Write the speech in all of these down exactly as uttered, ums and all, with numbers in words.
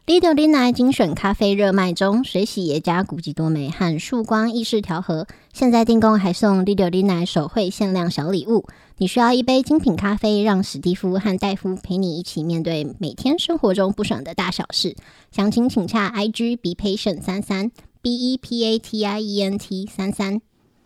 Lido Lina 精选咖啡热卖中，水洗耶加古籍多美和束光意式调和，现在订购还送 Lido Lina 手绘限量小礼物。你需要一杯精品咖啡，让史蒂夫和戴夫陪你一起面对每天生活中不爽的大小事。详情请洽 I G be patient 三三 B E P A T I E N T 三三。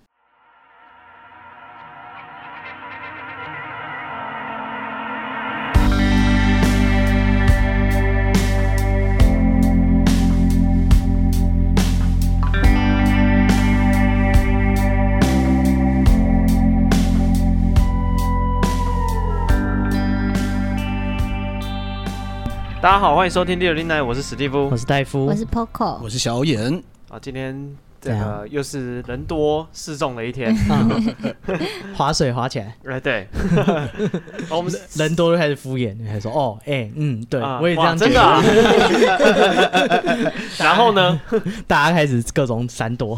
大家好，欢迎收听六零奶，我是史蒂夫， 我是戴夫， 我是 Poco， 我是小眼。 啊，今天这个又是人多势众的一天， 划水划起来。 哎，对，我们人多就开始敷衍，还说哦，哎、欸，嗯，对、啊、我也这样觉得。 真的、啊。然后呢， 大家开始各种闪躲。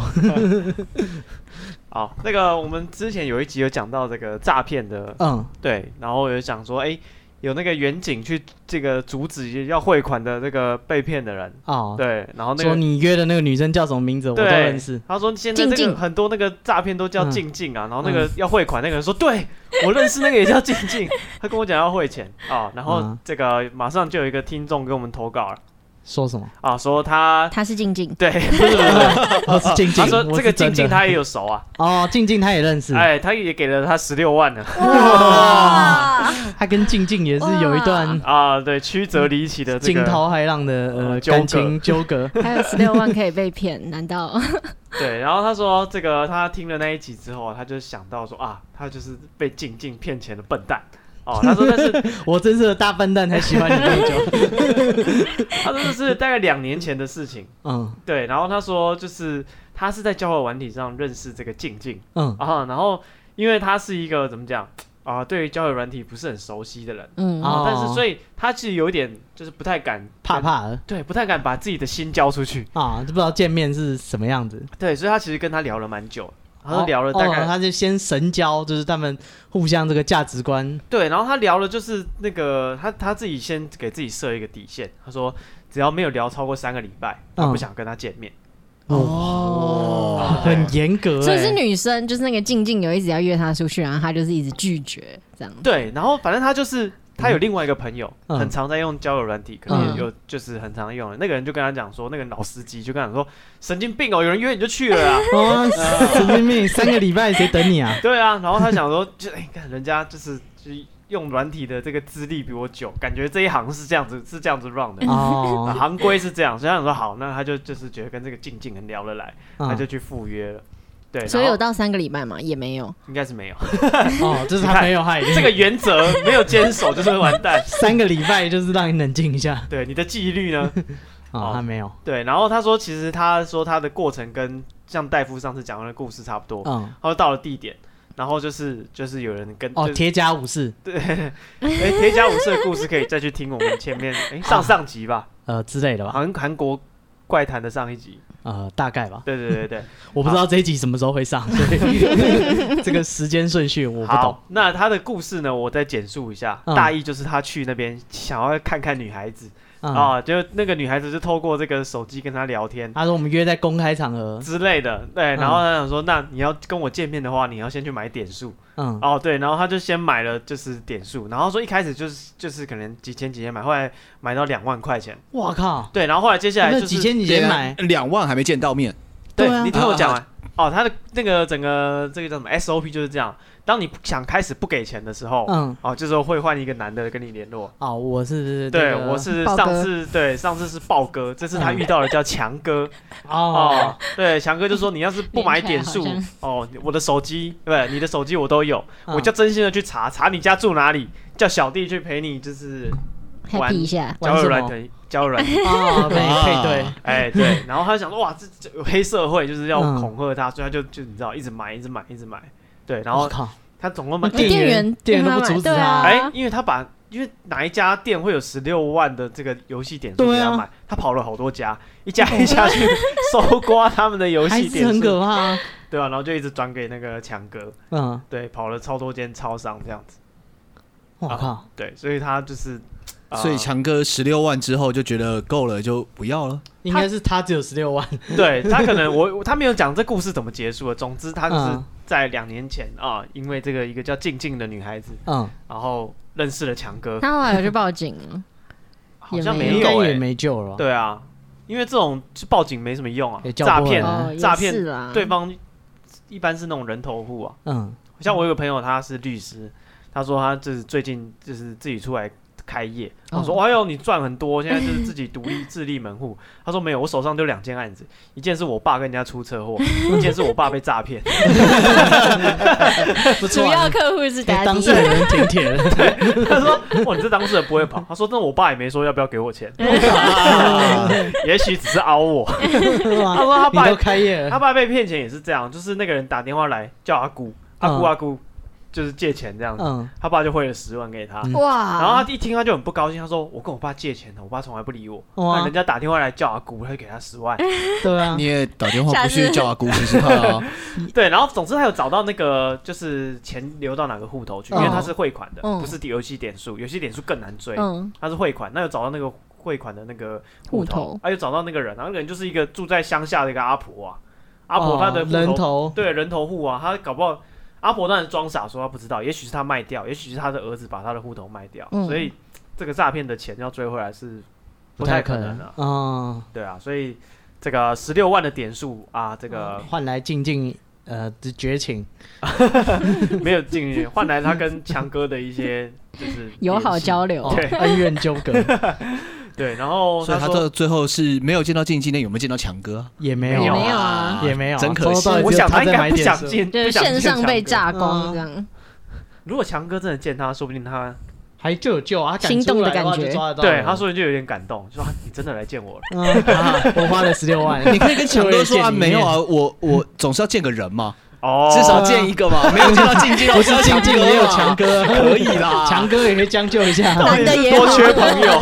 好，那个我们之前有一集有讲到这个诈骗的，嗯，对，然后有讲说，哎、欸。有那个远景去这个阻止要汇款的那个被骗的人哦，对，然后那个说你约的那个女生叫什么名字，我都认识。 他说现在这个很多那个诈骗都叫静静啊，嗯、然后那个要汇款那个人说，对我认识那个也叫静静，他跟我讲要汇钱啊、哦，然后这个马上就有一个听众给我们投稿了。 说什么啊？说他他是静静， 对，不是不是， 我是静静。 他说这个静静他也有熟啊。 哦，静静他也认识。 哎，他也给了他十六万呢。 哇！他跟静静也是有一段啊，对，曲折离奇的惊涛骇浪的呃感情纠葛。 还有十六万可以被骗，难道？ 对，然后他说这个他听了那一集之后，他就想到说啊，他就是被静静骗钱的笨蛋。哦，他说那是我真是个大笨蛋才喜欢你那么久。 他说这是大概两年前的事情，嗯，对。然后他说就是他是在交友软体上认识这个静静，嗯啊，然后因为他是一个怎么讲啊，对于交友软体不是很熟悉的人，嗯啊，但是所以他其实有一点就是不太敢怕怕的， 对，不太敢把自己的心交出去啊，就不知道见面是什么样子。 对，所以他其实跟他聊了蛮久。他说聊了大概、 哦哦，他就先神交，就是他们互相这个价值观。 对，然后他聊了就是那个他他自己先给自己设一个底线，他说只要没有聊超过三个礼拜，他不想跟他见面。 嗯、哦，很严格、欸。 所以是女生，就是那个静静有一直要约他出去，然后他就是一直拒绝这样。 对，然后反正他就是。他有另外一个朋友，嗯、很常在用交友软体，可能有就是很常用的。嗯、那个人就跟他讲说，那个老司机就跟他讲说，神经病哦，有人约你就去了啊！ 哦，神经病，三个礼拜谁等你啊？ 对啊，然后他想说，就哎，看、欸、人家就是就是用软体的这个资历比我久，感觉这一行是这样子，是这样子 run 的哦，行规是这样，所以他想说好，那他就就是觉得跟这个静静很聊得来，嗯、他就去赴约了。对， 所以有到三个礼拜吗？也没有， 应该是没有。 哦，就是他没有害这个原则没有坚守，就是完蛋。 三个礼拜就是让你冷静一下。 对，你的纪律呢？ 哦，他没有。 对，然后他说，其实他说他的过程跟像戴夫上次讲的故事差不多。嗯，他说到了地点，然后就是就是有人跟哦铁甲武士。 对，哎，铁甲武士的故事可以再去听我们前面哎上上集吧， 呃之类的吧， 韩韩国怪谈的上一集。 呃，大概吧。 对对对对， 我不知道这一集什么时候会上，所以这个时间顺序我不懂。 好，那他的故事呢，我再简述一下。嗯、大意就是他去那边想要看看女孩子。嗯、啊，就那个女孩子就透过这个手机跟他聊天， 他说我们约在公开场合之类的，对，然后他想说，嗯、那你要跟我见面的话，你要先去买点数，嗯，哦对，然后他就先买了就是点数，然后说一开始就是就是可能几千几千买，后来买到两万块钱， 哇靠， 对，然后后来接下来就是几千几千买两万还没见到面， 对，对啊、你听我讲完。哦，他的那个整个这个叫什么 S O P 就是这样。当你想开始不给钱的时候，嗯，哦，就是会换一个男的跟你联络。 哦，我是对，那個、我是上次对上次是豹哥，这次他遇到的叫强哥。哦, 哦，对，强哥就说你要是不买点数，哦，我的手机对，你的手机我都有，嗯、我就真心的去查查你家住哪里，叫小弟去陪你就是玩一下交友软体。交友软体哦，配对， 哎对，然后他想说哇，这这黑社会就是要恐吓他，嗯、所以他就就你知道一直买一直买一直买，对，然后他总共买店员店员都不阻止他， 哎、啊，因为他把因为哪一家店会有十六万的这个游戏点数给他买，啊、他跑了好多家，一家一家去搜刮他们的游戏点数， 很可怕、啊， 对吧、啊？然后就一直转给那个强哥，嗯，对，跑了超多间超商这样子。 我靠、 啊，对，所以他就是， 呃、所以强哥十六万之后就觉得够了，就不要了。 应该是他只有十六万， 对他可能我他没有讲这故事怎么结束的。总之他就是在两年前啊，因为这个一个叫静静的女孩子，嗯，然后认识了强哥。 他后来有去报警了， 好像没有、 欸，也没救了。 对啊，因为这种报警没什么用啊，诈骗诈骗对方一般是那种人头户啊。嗯，像我有个朋友他是律师，他说他就是最近就是自己出来开业，我说：“哎呦，你赚很多，现在就是自己独立自立门户。”他说：“没有，我手上就两件案子，一件是我爸跟人家出车祸，一件是我爸被诈骗。 主要客户是当事人挺铁的。 对，他说：“哇，你这当事人不会跑。”他说：“那我爸也没说要不要给我钱，也许只是凹我。”他说他爸都开业了， 他爸被骗钱也是这样，就是那个人打电话来叫阿姑，阿姑阿姑。就是借钱这样子，嗯、他爸就汇了十万给他，哇！然后他一听他就很不高兴，他说：“我跟我爸借钱的，我爸从来不理我。那人家打电话来叫阿姑，他就给他十万。 对啊， 你也打电话不去叫阿姑试试看啊？ 对，然后总之他有找到那个就是钱流到哪个户头去，因为他是汇款的，嗯、不是游戏点数，游戏点数更难追，嗯、他是汇款，那有找到那个汇款的那个户头，他有找到那个人，然后那个人就是一个住在乡下的一个阿婆啊，阿婆她的户头、 哦、人头对人头户啊，他搞不好。阿婆当然装傻说他不知道，也许是他卖掉，也许是他的儿子把他的户头卖掉，嗯、所以这个诈骗的钱要追回来是不太可能的。嗯，对啊，所以这个十六万的点数啊，这个换来静静呃的绝情， 没有静静，换来他跟强哥的一些就是友好交流， 对恩怨纠葛。 对，然后所以他这最后是没有见到静静，那有没有见到强哥？ 也没有， 也没有啊， 也没有， 真可惜。 我想他应该不想见， 就是线上被榨光这样。 如果强哥真的见他，说不定他还就有救啊， 心动的感觉。 对，他说就有点感动，说你真的来见我了。 我花了十六万， 你可以跟强哥说啊，没有啊，我我总是要见个人嘛。 哦， 至少见一个嘛，没有见到静静， 不是静静也有强哥， 可以啦， 强哥也可以将就一下， 男的也多缺朋友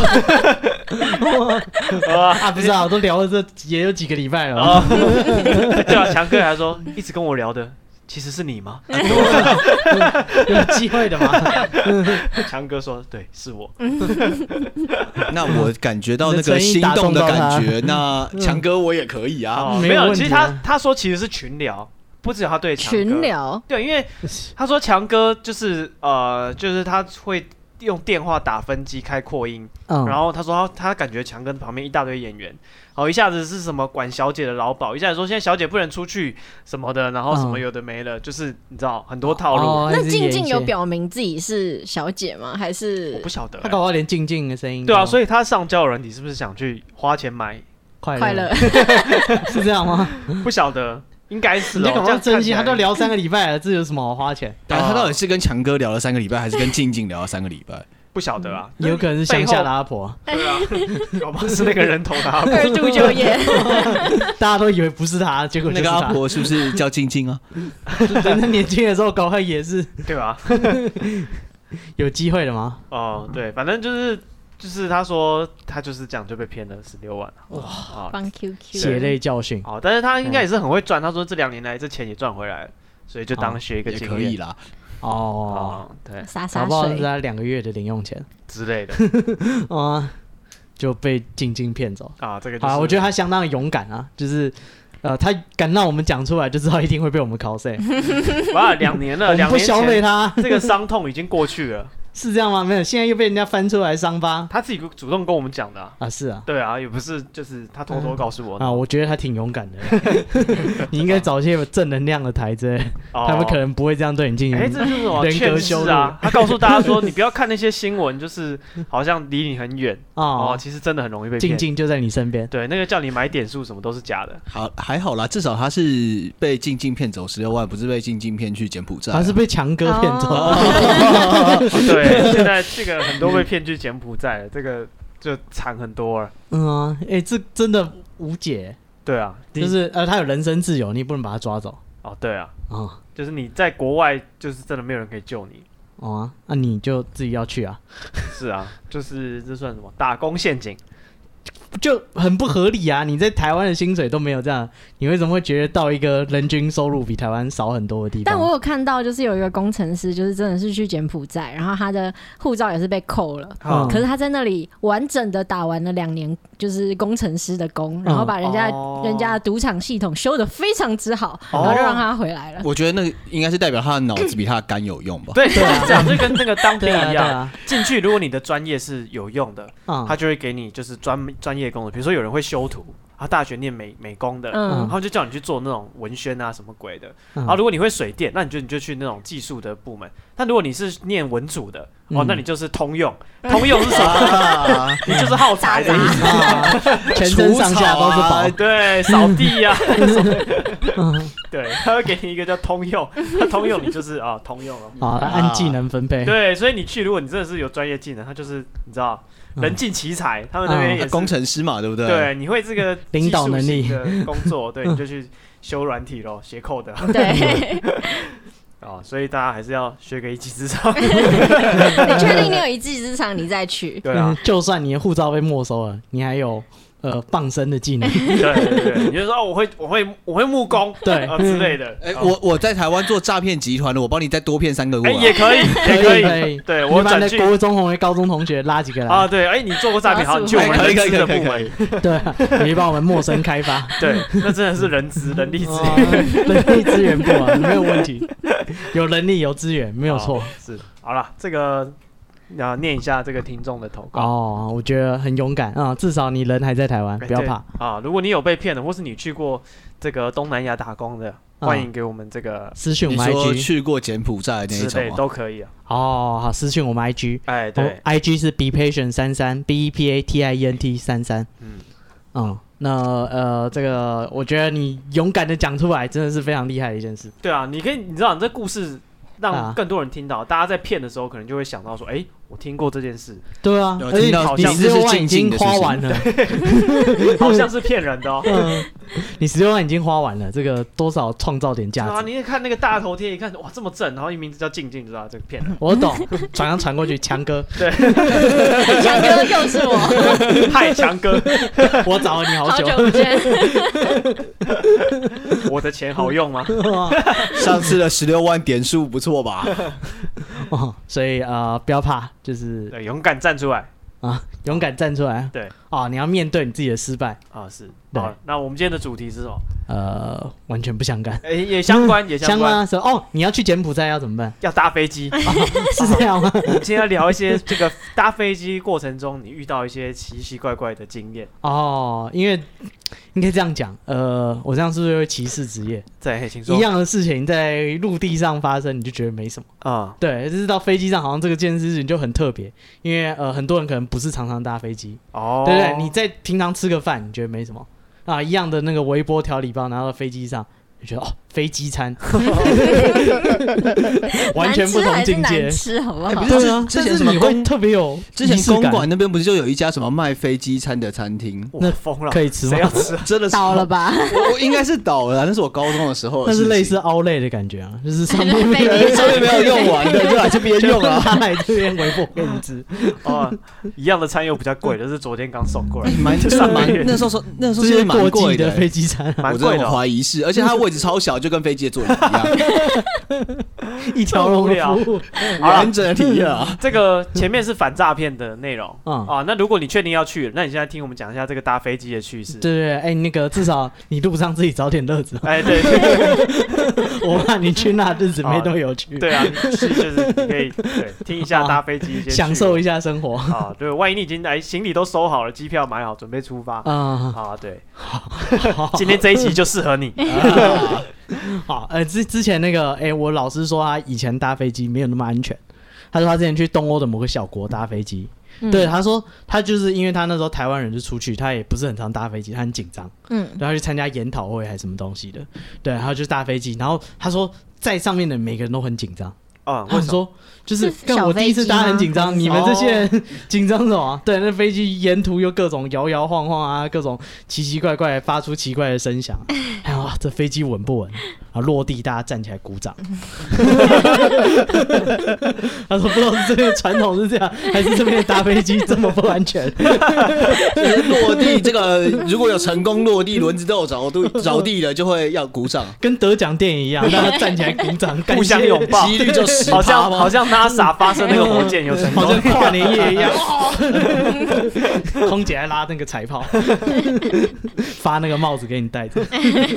啊，不是啊，我都聊了这也有几个礼拜了， 对啊，强哥还说一直跟我聊的其实是你吗？ 有机会的吗？ 强哥说对，是我。 那我感觉到那个心动的感觉，那强哥我也可以啊， 没有，其实他他说其实是群聊。不只有他对强哥群聊， 对，因为他说强哥就是呃，就是他会用电话打分机开扩音，嗯、然后他说他他感觉强哥旁边一大堆演员，然后一下子是什么管小姐的劳保，一下子说现在小姐不能出去什么的，然后什么有的没了，嗯、就是你知道很多套路。 哦、那静静有表明自己是小姐吗？还是我不晓得、欸， 他搞不好连静静的声音。 对啊，所以他上交友软体是不是想去花钱买快乐？ 是这样吗？ 不晓得。应该是哦， 你搞不好真心，他都聊三个礼拜了，这有什么好花钱？ 但他到底是跟强哥聊了三个礼拜，还是跟静静聊了三个礼拜？ 不晓得啊， 有可能是乡下的阿婆。 对啊，搞不好是那个人头的阿婆。 二度就业， 大家都以为不是他，结果那个阿婆是不是叫静静啊？ 等他年轻的时候，搞不好也是， 对吧？ 有机会的吗？ 哦，对，反正就是。就是他说他就是这样就被骗了十六万哇！帮 Q Q 血泪教训哦，但是他应该也是很会赚。他说这两年来这钱也赚回来了，所以就当学一个经验、 哦、也可以啦。 哦， 对， 洒洒水， 搞不好是他两个月的零用钱之类的啊，就被静静骗走啊。这个就是、 啊，我觉得他相当勇敢啊，就是呃，他敢让我们讲出来，就知道一定会被我们考碎。 哇，两年了，两年前不消费他， 这个伤痛已经过去了。 是这样吗？没有，现在又被人家翻出来伤疤。 他自己主动跟我们讲的 啊, 啊，是啊， 对啊，也不是，就是他偷偷告诉我、 嗯、啊。我觉得他挺勇敢的，你应该找一些正能量的台子，哦、他们可能不会这样对你进行。 哎，这就是什么人格羞辱啊？他告诉大家说，你不要看那些新闻，就是好像离你很远哦, 哦，其实真的很容易被骗。 静静就在你身边。 对，那个叫你买点数什么都是假的。 好，还好啦，至少他是被静静骗走十六万，不是被静静骗去柬埔寨、啊。 他是被强哥骗走。 哦、对，现在。这个很多被骗去柬埔寨了，这个就惨很多了。 嗯啊，哎、欸，这真的无解。 对啊， 就是呃，他有人身自由，你不能把他抓走。 哦，对啊，哦，就是你在国外，就是真的没有人可以救你。 哦啊，那、啊、你就自己要去啊。 是啊，就是这算什么打工陷阱？ 就很不合理啊！你在台湾的薪水都没有这样，你为什么会觉得到一个人均收入比台湾少很多的地方？ 但我有看到，就是有一个工程师，就是真的是去柬埔寨，然后他的护照也是被扣了，嗯、可是他在那里完整的打完了两年，就是工程师的工，然后把人家、嗯、人家的赌场系统修得非常之好，然后就让他回来了。 我觉得那个应该是代表他的脑子比他的肝有用吧？ 对，对啊，这样就跟那个当兵一样，进、啊啊、去如果你的专业是有用的，嗯、他就会给你就是专专业工作，比如说有人会修图。他大学念美美工的，嗯、然后就叫你去做那种文宣啊什么鬼的。嗯、然后如果你会水电，那你就你就去那种技术的部门。但如果你是念文组的，嗯、哦，那你就是通用。通用是什么？啊、你就是耗材的意思，啊、 全身上下都是宝。 啊、对，扫地呀、啊。对，他会给你一个叫通用，他通用你就是啊通用了。 啊，按技能分配。 对，所以你去，如果你真的是有专业技能，他就是你知道。人尽其才，他们那边也是、 嗯、工程师嘛，对不对？ 对，你会这个领导能力的工作，对，你就去修软体咯，写 code 的。 对。 哦，所以大家还是要学个一技之长。 你确定你有一技之长，你再去？ 对啊， 就算你的护照被没收了，你还有。呃，傍身的技能， 对对对，你就说、哦、我会我会我会木工， 对、 呃、之类的。 哎、欸，我我在台湾做诈骗集团的，我帮你再多骗三个过来， 哎、欸，也可以，也可以，可以对我转去国中同学、高中同学拉几个来啊，对，哎、欸，你做过诈骗，好，你去我们人资的部门， 对、啊，你帮我们陌生开发， 对，那真的是人资人力资源， 人力资源部啊，没有问题，有人力有资源，没有错， 是，好了，这个。要念一下这个听众的投稿哦，我觉得很勇敢啊、嗯，至少你人还在台湾，不要怕啊。如果你有被骗的，或是你去过这个东南亚打工的，嗯、欢迎给我们这个私讯我们 I G。 你说去过柬埔寨那一种吗？ 都可以啊。 哦，好，私讯我们 I G。 哎，对、哦、 ，I G 是 be patient 三三 B E P A T I E N T 三三。嗯嗯，那呃，这个我觉得你勇敢的讲出来，真的是非常厉害的一件事。 对啊，你可以，你知道，你这故事让更多人听到，啊、大家在骗的时候，可能就会想到说，哎。我听过这件事， 对啊， 而且好像十六万已经花完了， 好像是骗人的哦。 嗯、你十六万已经花完了，这个多少创造点价值啊？你看那个大头贴，一看哇这么正，然后一名字叫静静，知道这个骗人。 我懂，传上传过去，强哥， 对， 强哥又是我， 嗨，强哥， 我找了你好久， 好久不见。 我的钱好用吗？ 上次的十六万点数不错吧？ 哦，所以呃，不要怕。就是对，勇敢站出来啊！勇敢站出来， 对啊！你要面对你自己的失败啊！是，好，那我们今天的主题是什么？ 呃，完全不相干， 哎、欸，也相关，也相关啊！哦，你要去柬埔寨要怎么办？ 要搭飞机，啊、 是这样吗？ 我们今天要聊一些这个搭飞机过程中你遇到一些奇奇怪怪的经验哦，因为应该这样讲，呃，我这样是不是会歧视职业？ 对，请说。 一样的事情在陆地上发生，你就觉得没什么啊、嗯？对，就是到飞机上，好像这个件事情就很特别，因为呃，很多人可能不是常常搭飞机哦，对不对？你在平常吃个饭，你觉得没什么啊？一样的那个微波调理包拿到飞机上，你觉得哦，飞机餐，完全不同境界， 难吃好不好？ 欸、不是啊，之前什么公特别有， 之前公馆那边不是就有一家什么卖飞机餐的餐厅？ 那疯了， 可以吃吗？ 谁要吃？ 真的是倒了吧？ 我我应该是倒了，那是我高中的时候的。 那是类似凹类的感觉啊，就是上面上面没有用完的，就来这边用啊， 他来这边微波给你吃。 哦，一样的餐又比较贵的，是昨天刚送过来， 蛮蛮那时候说那时候是蛮贵的飞机餐， 蛮贵的， 我怀疑是，而且它位置超小，就跟飞机的座椅一样， 一条龙的服务， 完整的体验啊。 这个前面是反诈骗的内容啊，那如果你确定要去，那你现在听我们讲一下这个搭飞机的趣事。 对对，哎，那个至少你路上自己找点乐子。 哎，对， 我怕你去那日子没都有趣。 对啊，是就是你可以对听一下搭飞机一些， 享受一下生活啊。对，万一你已经来行李都收好了，机票买好，准备出发啊啊，对，今天这一集就适合你。 好，呃，之之前那个，哎、欸，我老师说他以前搭飞机没有那么安全。他说他之前去东欧的某个小国搭飞机，嗯、对，他说他就是因为他那时候台湾人就出去，他也不是很常搭飞机，他很紧张，嗯，然后去参加研讨会还是什么东西的，对，然后就搭飞机，然后他说在上面的每个人都很紧张。啊，我说就是跟我第一次搭很紧张，你们这些人紧张什么？对，那飞机沿途又各种摇摇晃晃啊，各种奇奇怪怪发出奇怪的声响。然后啊，这飞机稳不稳？然后落地大家站起来鼓掌。他说不知道是这边传统是这样，还是这边搭飞机这么不安全。 落地这个如果有成功落地，轮子都有着地着地了，就会要鼓掌， 跟得奖电影一样，大家站起来鼓掌， 互相拥抱， 几率就十趴好像好像 NASA 发射那个火箭有成功， 好像跨年夜一样。空姐还拉那个彩炮，发那个帽子给你戴着。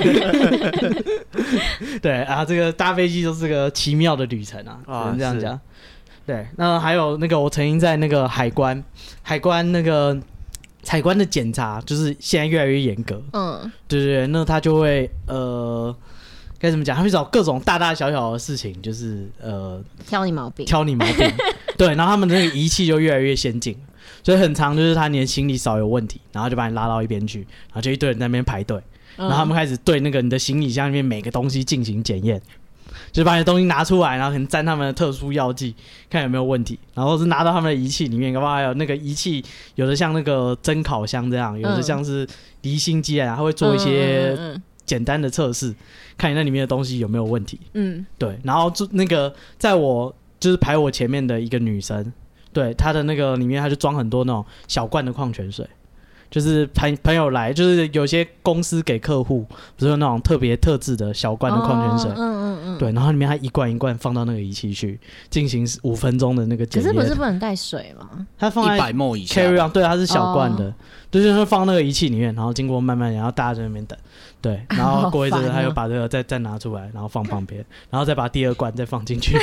对啊，这个搭飞机就是个奇妙的旅程啊，只能这样讲。对，那还有那个我曾经在那个海关，海关那个海关的检查，就是现在越来越严格。嗯，对对对，那他就会呃。该怎么讲？他会找各种大大小小的事情，就是呃挑你毛病， 挑你毛病。对，然后他们的那个仪器就越来越先进，所以很常就是他你的行李少有问题，然后就把你拉到一边去，然后就一堆人在那边排队，然后他们开始对那个你的行李箱里面每个东西进行检验，就是把你的东西拿出来，然后可能沾他们的特殊药剂，看有没有问题，然后是拿到他们的仪器里面，搞不好还有那个仪器，有的像那个蒸烤箱这样，有的像是离心机啊，他会做一些简单的测试，看你那里面的东西有没有问题。嗯，对。然后就那个在我就是排我前面的一个女生，对她的那个里面，她就装很多那种小罐的矿泉水，就是朋朋友来，就是有些公司给客户不是有那种特别特制的小罐的矿泉水，哦、嗯嗯嗯，对，然后里面它一罐一罐放到那个仪器去进行五分钟的那个检验。 可是不是不能带水吗？ 它放在一百 ml 以下 carry on， 对，它是小罐的。哦，就是会放那个仪器里面，然后经过慢慢，然后大家在那边等，对，然后过一阵子他又把这个再再拿出来，然后放旁边，然后再把第二罐再放进去。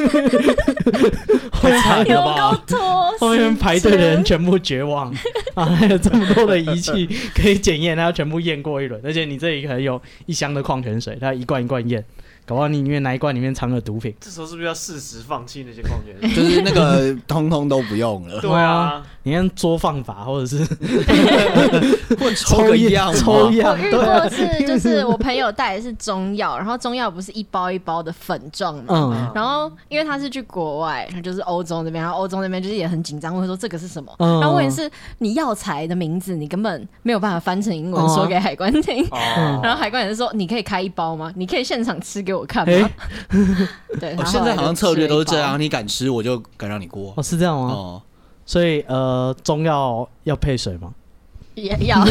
会惨了吧？后面排队的人全部绝望啊！还有这么多的仪器可以检验，他要全部验过一轮，而且你这里可能有一箱的矿泉水，他一罐一罐验。搞不好你里面哪一罐里面藏了毒品， 这时候是不是要适时放弃那些矿泉水？ 就是那个通通都不用了。 对啊， 你看作放法或者是或抽个样， 抽样。 我遇过是就是我朋友带的是中药，然后中药不是一包一包的粉状嘛，嗯，然后因为他是去国外，就是欧洲那边，然后欧洲那边就是也很紧张，会说这个是什么，嗯，然后问题是你药材的名字你根本没有办法翻成英文说给海关听，哦，然后海关也是说你可以开一包吗？你可以现场吃给我看吗？欸，对， 哦，现在好像策略都是这样，你敢吃我就敢让你过。 哦，是这样吗？哦，所以呃，中药要配水吗？ 也要。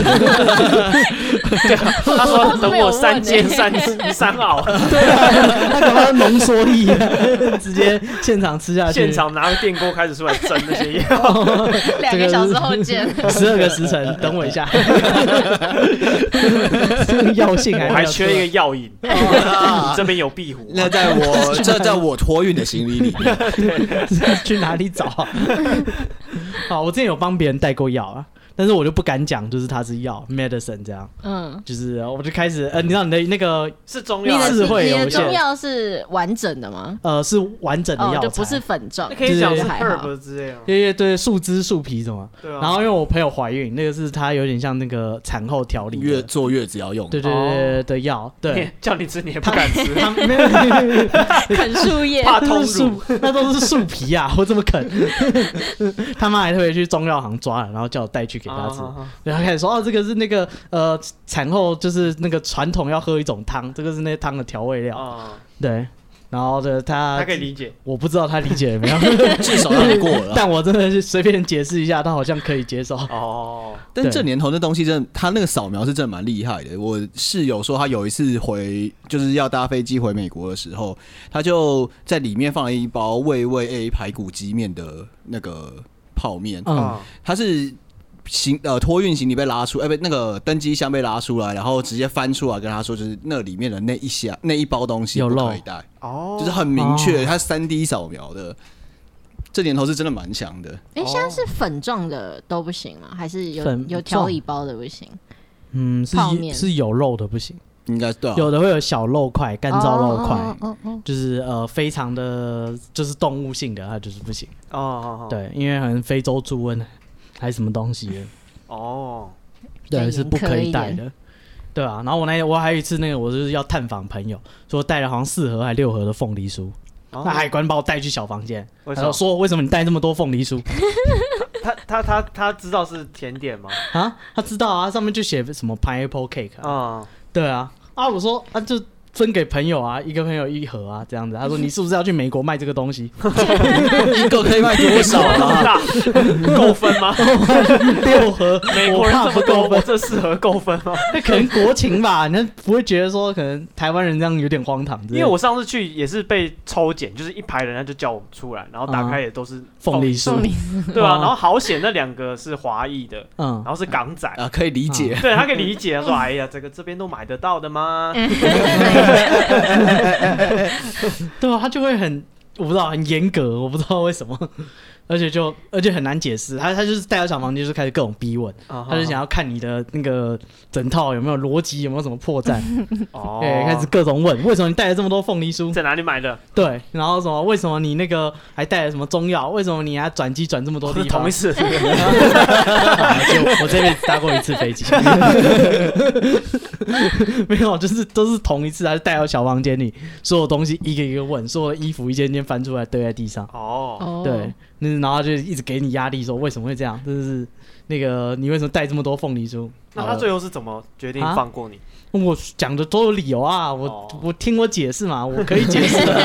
他说等我三煎三三熬。 对啊，他干嘛浓缩液，直接现场吃下去， 现场拿个电锅开始出来蒸那些药。 两个小时后见。 十二个时辰，等我一下。药性还我还缺一个药引，你这边有壁虎。 那在我这在我托运的行李里面， 去哪里找啊？好，我之前有帮别人带过药啊。但是我就不敢讲，就是它是药 medicine 这样，嗯，就是我就开始，呃，你知道你的那个是中药， 智慧有限， 你的中药是完整的吗？ 呃，是完整的药材， 哦，就不是粉状， 可以讲是 herb 之类的， 对对对，树枝树皮什么， 对啊。 然后因为我朋友怀孕，那个是她有点像那个产后调理， 月坐月子要用， 对对对的药，对， 叫你吃你也不敢吃， 他没有啃树叶， 怕通乳， 那都是树皮啊，我怎么啃？他妈还特别去中药行抓了，然后叫我带去给他吃。然后开始说哦，这个是那个呃产后就是那个传统要喝一种汤，这个是那汤的调味料，哦，对。然后的他他可以理解， 我不知道他理解了没有， 至少让你过了。 但我真的是随便解释一下，他好像可以接受。 哦，但这年头那东西真的，他那个扫描是真的蛮厉害的。我室友说他有一次回就是要搭飞机回美国的时候，他就在里面放了一包味味 A 排骨鸡面的那个泡面，嗯，他是。行呃，托运行李被拉出，哎、欸，不，那个登机箱被拉出来，然后直接翻出来跟他说，就是那里面的那一箱那一包东西不可以带，哦，就是很明确，它三 D 扫描的。这年头是真的蛮强的。 哎、欸，现在是粉状的都不行吗？还是有有调理包的不行？ 嗯，是是有肉的不行。 应该对、啊， 有的会有小肉块、干燥肉块， oh, oh, oh, oh. 就是呃非常的就是动物性的，它就是不行。哦、oh, oh, oh. 对，因为可能非洲猪瘟还是什么东西的。哦， oh. 对，是不可以带的。对啊，然後我那我还有一次那个，我就是要探访朋友，说带了好像四盒还六盒的凤梨酥， oh. 那海关把我带去小房间，他说为什么你带这么多凤梨酥？ 他他他他知道是甜点吗？ 啊，他知道啊，上面就写什么 pineapple cake 啊。Oh.对啊，啊啊，我说啊就。分给朋友啊，一个朋友一盒啊，这样子。他说：“你是不是要去美国卖这个东西？ 一个可以卖多少啊？ 够分吗？ 六盒， 美国人这么多，我这四盒够分吗？ 那可能国情吧，你不会觉得说可能台湾人这样有点荒唐。因为我上次去也是被抽检，就是一排人他就叫我们出来，然后打开也都是凤梨酥， 对啊，然后好险那两个是华裔的，嗯，然后是港仔啊，可以理解， 对他可以理解。他说：哎呀，这个这边都买得到的吗？” 对啊，他就会很，我不知道，很严格，我不知道为什么，而且就而且很难解释。他他就是带到小房间，就是开始各种逼问， uh-huh. 他就想要看你的那个整套有没有逻辑，有没有什么破绽。哦，对，开始各种问，为什么你带了这么多凤梨酥？ 在哪里买的？ 对，然后什么？为什么你那个还带了什么中药？为什么你还转机转这么多地方？ 同一次，就我这辈子搭过一次飞机。没有，就是都是同一次，还是带到小房间里，所有东西一个一个问，所有的衣服一件件翻出来堆在地上。哦，对，然后就一直给你压力，说为什么会这样？就是那个你为什么带这么多凤梨酥？ 那他最后是怎么决定放过你？啊我讲的都有理由啊，我、哦、我听我解释嘛，我可以解释的，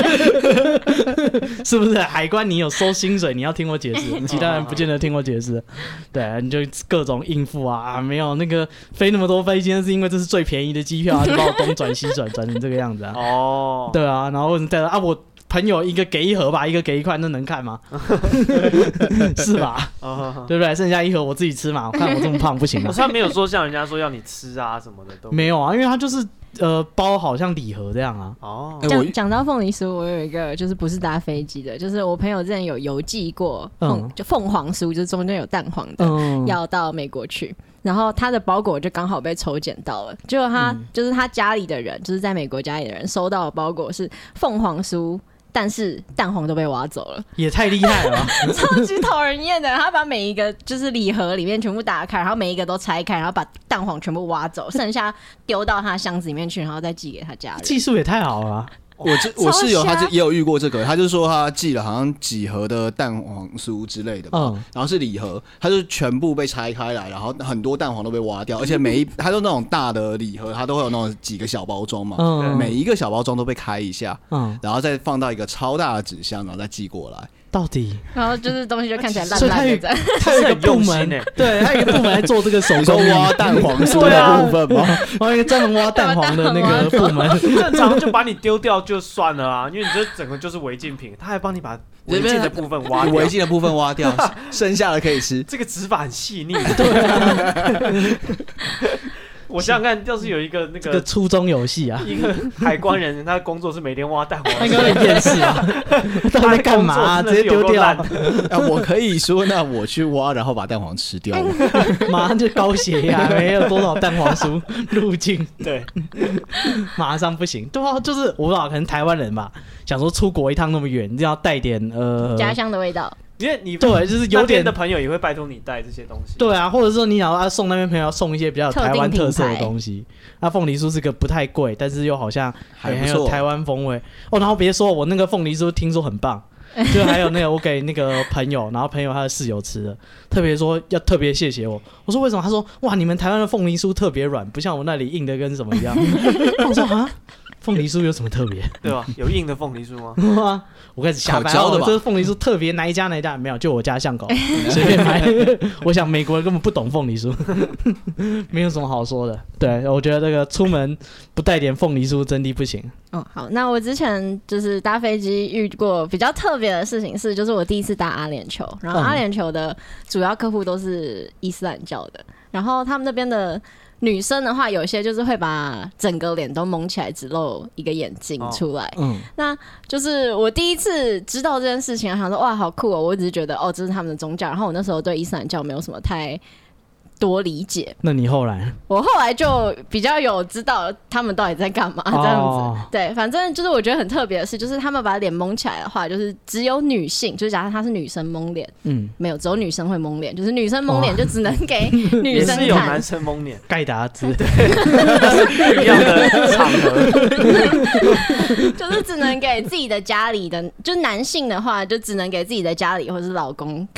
是不是？海关你有收薪水，你要听我解释，其他人不见得听我解释。对，你就各种应付啊，啊没有那个飞那么多飞机，是因为这是最便宜的机票啊，就把我东转西转，转成这个样子啊。哦，对啊，然后为什么带啊我？朋友一个给一盒吧，一个给一块，那能看吗？是吧？对不对？剩下一盒我自己吃嘛。我看我这么胖不行啊。 他没有说像人家说要你吃啊什么的都没有啊，因为他就是呃包好像礼盒这样啊。哦， 讲讲到凤梨酥，我有一个就是不是搭飞机的，就是我朋友之前有邮寄过凤、嗯、就凤凰酥，就是中间有蛋黄的、嗯，要到美国去。然后他的包裹就刚好被抽检到了，结果他、嗯、就是他家里的人，就是在美国家里的人收到的包裹是凤凰酥。但是蛋黄都被挖走了， 也太厉害了吧超级讨人厌的。他把每一个就是礼盒里面全部打开，然后每一个都拆开，然后把蛋黄全部挖走，剩下丢到他箱子里面去，然后再寄给他家人。 技术也太好了、啊。 我我室友他就也有遇过这个，他就说他寄了好像几盒的蛋黄酥之类的吧、嗯，然后是礼盒，他就全部被拆开来，然后很多蛋黄都被挖掉，而且每一他都那种大的礼盒，他都会有那种几个小包装嘛、嗯，每一个小包装都被开一下，嗯，然后再放到一个超大的纸箱，然后再寄过来。 到底， 然后就是东西就看起来烂烂的， 他有一个部门，对，他有一个部门来做这个手工挖蛋黄酥的部分吗？ 然后一个专门挖蛋黄的那个部门， 正常就把你丢掉就算了啊，因为你这整个就是违禁品，他还帮你把违禁的部分挖掉， 违禁的部分挖掉，剩下的可以吃。 这个指法很细腻，对啊。我想想看，要是有一个那个这个初中游戏啊， 一个海关人，他的工作是每天挖蛋黄， 他应该有点厌世啊，到底在干嘛、啊？直接丢掉。 啊，我可以说，那我去挖，然后把蛋黄吃掉， 马上就高血压，没有多少蛋黄酥入境， 对， 马上不行。对啊，就是我不知道，可能台湾人吧，想说出国一趟那么远，一定要带点呃家乡的味道。 因为你对，就是有点的朋友也会拜托你带这些东西。 对啊，或者说你想要送那边朋友送一些比较有台湾特色的东西。那凤梨酥是个不太贵，但是又好像还很有台湾风味哦。然后别说我那个凤梨酥听说很棒，就还有那个我给那个朋友，然后朋友他的室友吃的，特别说要特别谢谢我。我说为什么？他说哇，你们台湾的凤梨酥特别软，不像我那里硬的跟什么一样。我说啊。凤梨酥有什么特别？ 对吧？有硬的凤梨酥吗？ 我开始瞎掰，这是凤梨酥特别哪一家哪一家没有？就我家巷口随便买。我想美国人根本不懂凤梨酥，没有什么好说的。对，我觉得这个出门不带点凤梨酥真的不行。 哦，好，那我之前就是搭飞机遇过比较特别的事情是，就是我第一次搭阿联酋，然后阿联酋的主要客户都是伊斯兰教的，然后他们那边的。女生的话，有些就是会把整个脸都蒙起来，只露一个眼睛出来。哦嗯、那就是我第一次知道这件事情，想说哇，好酷哦！我只是觉得哦，这是他们的宗教。然后我那时候对伊斯兰教没有什么太多理解。 那你后来？ 我后来就比较有知道他们到底在干嘛这样子。哦、对，反正就是我觉得很特别的是，就是他们把脸蒙起来的话，就是只有女性，就是假如她是女生蒙脸，嗯，没有，只有女生会蒙脸，就是女生蒙脸就只能给女生看。 也是有男生蒙脸， 盖达兹， 对，不一样的场合， 就是只能给自己的家里的，就男性的话，就只能给自己的家里或是老公看。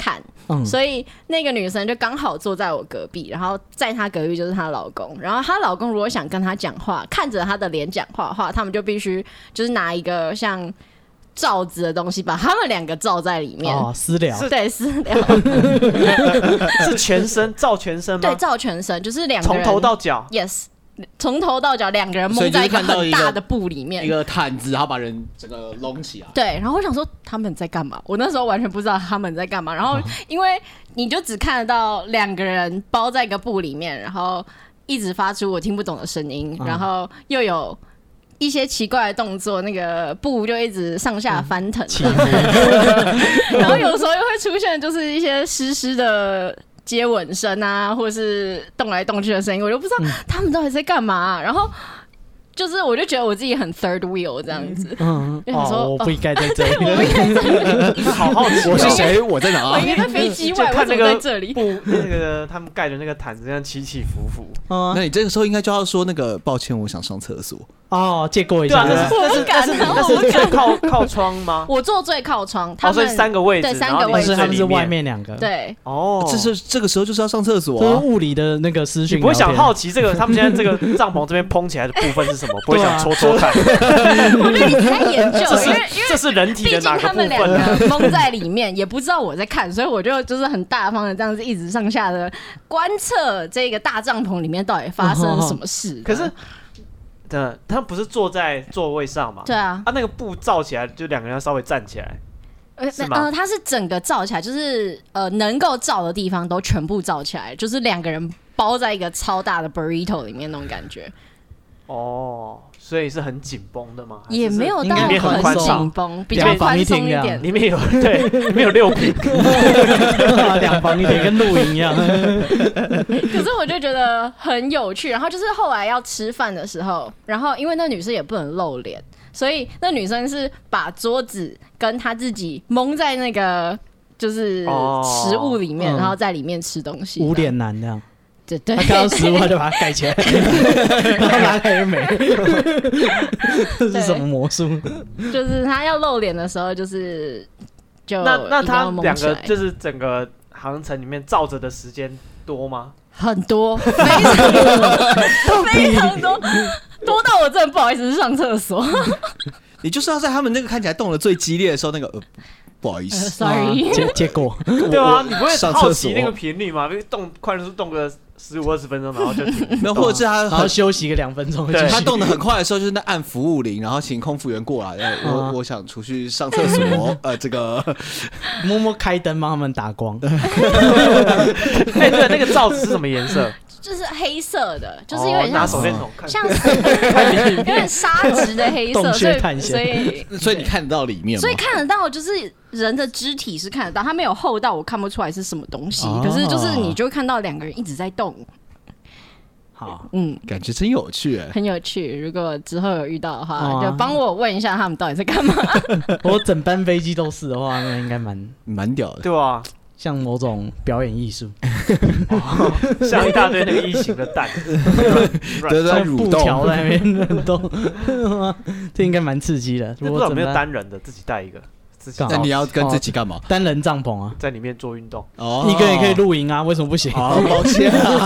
嗯、所以那个女生就刚好坐在我隔壁，然后在她隔壁就是她老公，然后她老公如果想跟她讲话，看着她的脸讲话的话，他们就必须就是拿一个像罩子的东西把他们两个罩在里面。 哦，私聊。 对，私聊。 是全身罩全身吗？ 对，罩全身，就是两个人从头到脚。 Yes。从头到脚两个人蒙在一个很大的布里面， 一个毯子，然后把人整个拢起来。 对，然后我想说他们在干嘛？我那时候完全不知道他们在干嘛。然后因为你就只看得到两个人包在一个布里面，然后一直发出我听不懂的声音，然后又有一些奇怪的动作，那个布就一直上下翻腾，然后有时候又会出现就是一些湿湿的接吻声啊，或者是动来动去的声音，我就不知道他们到底在干嘛、啊。然后就是我就觉得我自己很 third wheel 这样子，嗯，就想说、 哦、我不应该在这里， 我不应该在这里， 好好奇、 哦，我是谁？我在哪？ 我应该在飞机外，我怎么在这里？ 布那个他们盖的那个毯子这样起起伏伏。 嗯，那你这个时候应该就要说那个抱歉，我想上厕所。 哦，借过一下。 对啊， 我不敢， 那是最靠靠窗吗？ 我坐最靠窗，他们、 哦、所以三个位置， 对，三个位置， 他们是外面两个。 对， 哦， 这是这个时候就是要上厕所、啊， 这是物理的那个私讯。 你不会想好奇这个他们现在这个帐篷这边蓬起来的部分是什么？不会想戳戳看？ 我觉得你在研究，因为因为这是人体的哪个部分？ 毕竟他们两个蒙在里面，也不知道我在看，所以我就就是很大方的这样子一直上下的观测这个大帐篷里面到底发生了什么事。 可是。对，他不是坐在座位上嘛？ 对啊， 啊，那个布罩起来，就两个人要稍微站起来，是吗？ 呃，它是整个罩起来，就是呃能够罩的地方都全部罩起来，就是两个人包在一个超大的 burrito 里面那种感觉。 哦，所以是很紧绷的吗？ 也没有到很紧绷，比较宽松一点。 里面有对，里面有六平， 两房一点，跟露营一样。 可是我就觉得很有趣。然后就是后来要吃饭的时候，然后因为那女生也不能露脸，所以那女生是把桌子跟她自己蒙在那个就是食物里面，哦、然后在里面吃东西。 无脸男这样。 对对， 他看到食物他就把它盖起来，然后拿开就没。这是什么魔术？ 就是他要露脸的时候，就是就那那他两个就是整个航程里面照着的时间多吗？ 很多，非常多，非常多，多到我真的不好意思上厕所。 你就是要在他们那个看起来动得最激烈的时候，那个呃。不好意思、 uh, ，sorry，、 啊、结结果， 对啊，你不会好奇那个频率吗？动快速动个十五二十分钟，然后就停， 没有，或者是他然后休息个两分钟， 他动得很快的时候，就是那按服务铃，然后请空服员过来，我、嗯、我想出去上厕所，呃，这个摸摸开灯帮他们打光。 哎，对，那个罩子是什么颜色？ 就是黑色的，就是有点像、 哦、拿手电筒看， 像是有点砂质的黑色，所以所以所以你看得到里面吗？ 所以看得到，就是人的肢体是看得到，它没有厚到我看不出来是什么东西，哦、可是就是你就会看到两个人一直在动。 好， 嗯，感觉真有趣哎， 很有趣。如果之后有遇到的话，哦、就帮我问一下他们到底在干嘛。 我整班飞机都是的话，那应该蛮蛮屌的， 对啊。 像某种表演艺术， 哦、像一大堆那个异形的蛋， 对对， 布条在那边蠕动，这应该蛮刺激的。 不知道有没有单人的，自己带一个。 那你要跟自己干嘛？ 单人帐篷啊， 在里面做运动。 哦，一个人也可以露营啊，为什么不行？ 好，抱歉啊，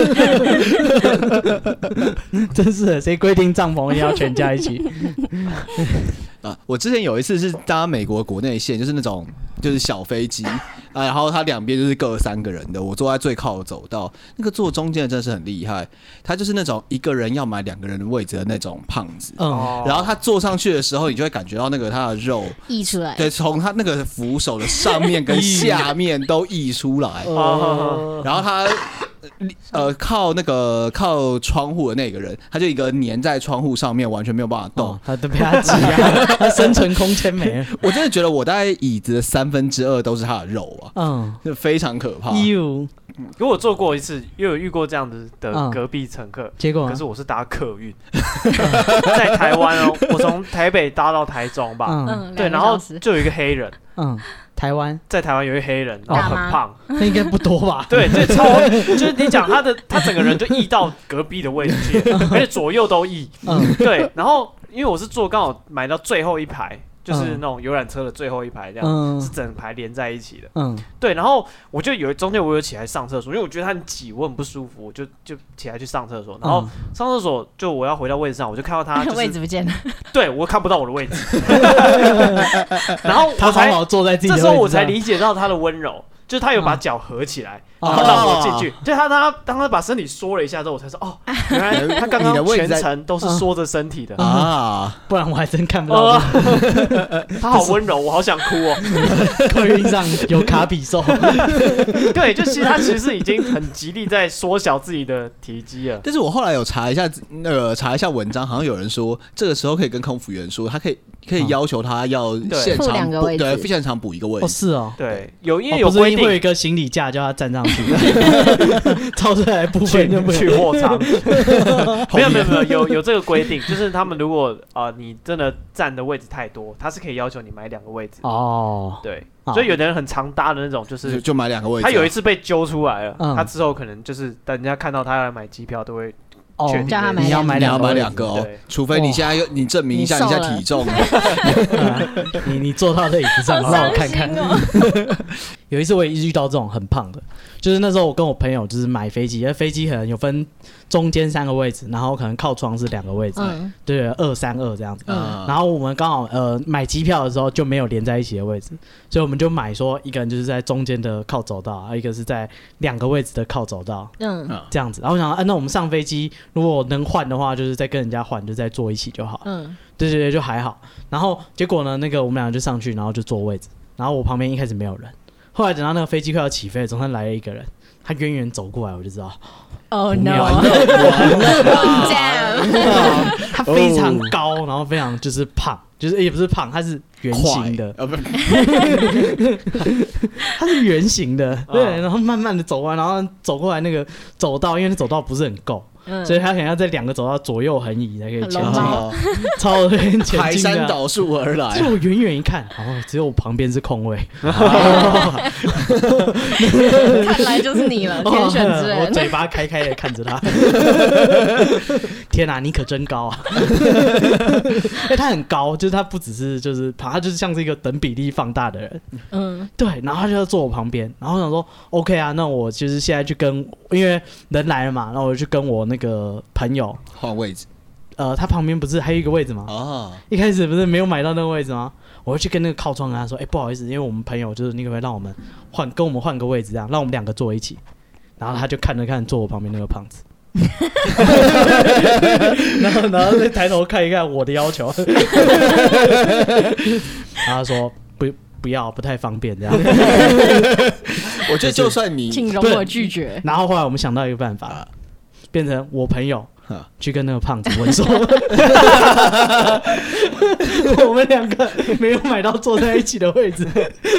真是的，谁规定帐篷一定要全家一起？ 啊，我之前有一次是搭美国国内线，就是那种就是小飞机啊，然后它两边就是各三个人的，我坐在最靠的走道，那个坐中间的真的是很厉害，他就是那种一个人要买两个人的位置的那种胖子，嗯，然后他坐上去的时候，你就会感觉到那个他的肉溢出来， 对，从他那个扶手的上面跟下面都溢出来，然后他。呃，靠那个靠窗户的那个人，他就一个粘在窗户上面，完全没有办法动， 哦、他都被他挤压，他生存空间没了。 我真的觉得我大概椅子的三分之二都是他的肉啊，嗯，就非常可怕。 因为我坐过一次，又有遇过这样子的隔壁乘客， 嗯、结果可是我是搭客运，在台湾哦，我从台北搭到台中吧，嗯，对，然后就有一个黑人，嗯。 台湾在台湾有一黑人，然后很胖， 那应该不多吧？ 对，这超就是你讲他的，他整个人就溢到隔壁的位置去，而且左右都溢。嗯，对。然后因为我是坐刚好买到最后一排， 就是那种游览车的最后一排，这样、嗯、是整排连在一起的。嗯，对。然后我就有中间我有起来上厕所，因为我觉得它很挤，我很不舒服，我就就起来去上厕所。然后上厕所就我要回到位置上，我就看到他、就是、 位置不见了， 对我看不到我的位置。然后他好好坐在自己的位置上， 这时候我才理解到他的温柔。就是他有把脚合起来，然后让我进去。就他当他当他把身体缩了一下之后，我才说哦，原来他刚刚全程都是缩着身体的啊， 不然我还真看不到。 他好温柔，我好想哭哦。 客运上有卡比兽， 对，就其实他其实已经很极力在缩小自己的体积了。 但是我后来有查一下，那个查一下文章，好像有人说这个时候可以跟空服员说，他可以可以要求他要现场补，对，现场补一个位置。 哦，是哦， 对，有因为有规定。 会有一个行李架叫他站上去，超出来部分就不去货仓。没有没有没有有有这个规定，就是他们如果啊、呃、你真的站的位置太多，他是可以要求你买两个位置。哦，对，所以有的人很常搭的那种，就是就买两个位置、啊。 他有一次被揪出来了，嗯、他之后可能就是等人家看到他要来买机票，都会。 哦，叫他买， 你要买两买两个哦，除非你现在你证明一下你现在体重， 你你坐到这椅子上让我看看。有一次我也遇到这种很胖的，就是那时候我跟我朋友就是买飞机，因为飞机可能有分中间三个位置，然后可能靠窗是两个位置，嗯、对，二三二这样子。嗯、然后我们刚好呃买机票的时候就没有连在一起的位置，所以我们就买说一个人就是在中间的靠走道，一个是在两个位置的靠走道，嗯，这样子。然后我想，啊，那我们上飞机如果能换的话，就是再跟人家换，就再坐一起就好。嗯，对对对，就还好。然后结果呢，那个我们两个就上去，然后就坐位置，然后我旁边一开始没有人。后来等到那个飞机快要起飞，总算来了一个人，他远远走过来，我就知道 ，Oh no！ 他非常高，然后非常就是胖，就是也不是胖，他是圆形的，他是圆形的，对，然后慢慢的走完，然后走过来那个走道，因为那走道不是很够。嗯、所以他可能要在两个走道左右横移才可以前进，超前进的排山倒树而来。 就我远远一看，哦，只有我旁边是空位，看来就是你了，天选之人。 我嘴巴开开的看着他，天哪、啊，你可真高啊！因为他很高，就是他不只是就是他就是像是一个等比例放大的人，嗯，对。然后他就要坐我旁边，然后我想说 OK 啊，那我就是现在去跟，因为人来了嘛，然后我就跟我那个朋友换位置， 呃，他旁边不是还有一个位置吗？哦，一开始不是没有买到那个位置吗？我会去跟那个靠窗跟他说，哎、欸，不好意思，因为我们朋友就是你可不可以让我们换，跟我们换个位置，这样让我们两个坐一起。然后他就看了看坐我旁边那个胖子，然后然后再抬头看一看我的要求，然后他说不不要，不太方便这样。 我觉得就算你， 请容我拒绝。 然后后来我们想到一个办法。变成我朋友去跟那个胖子问说，我们两个没有买到坐在一起的位置，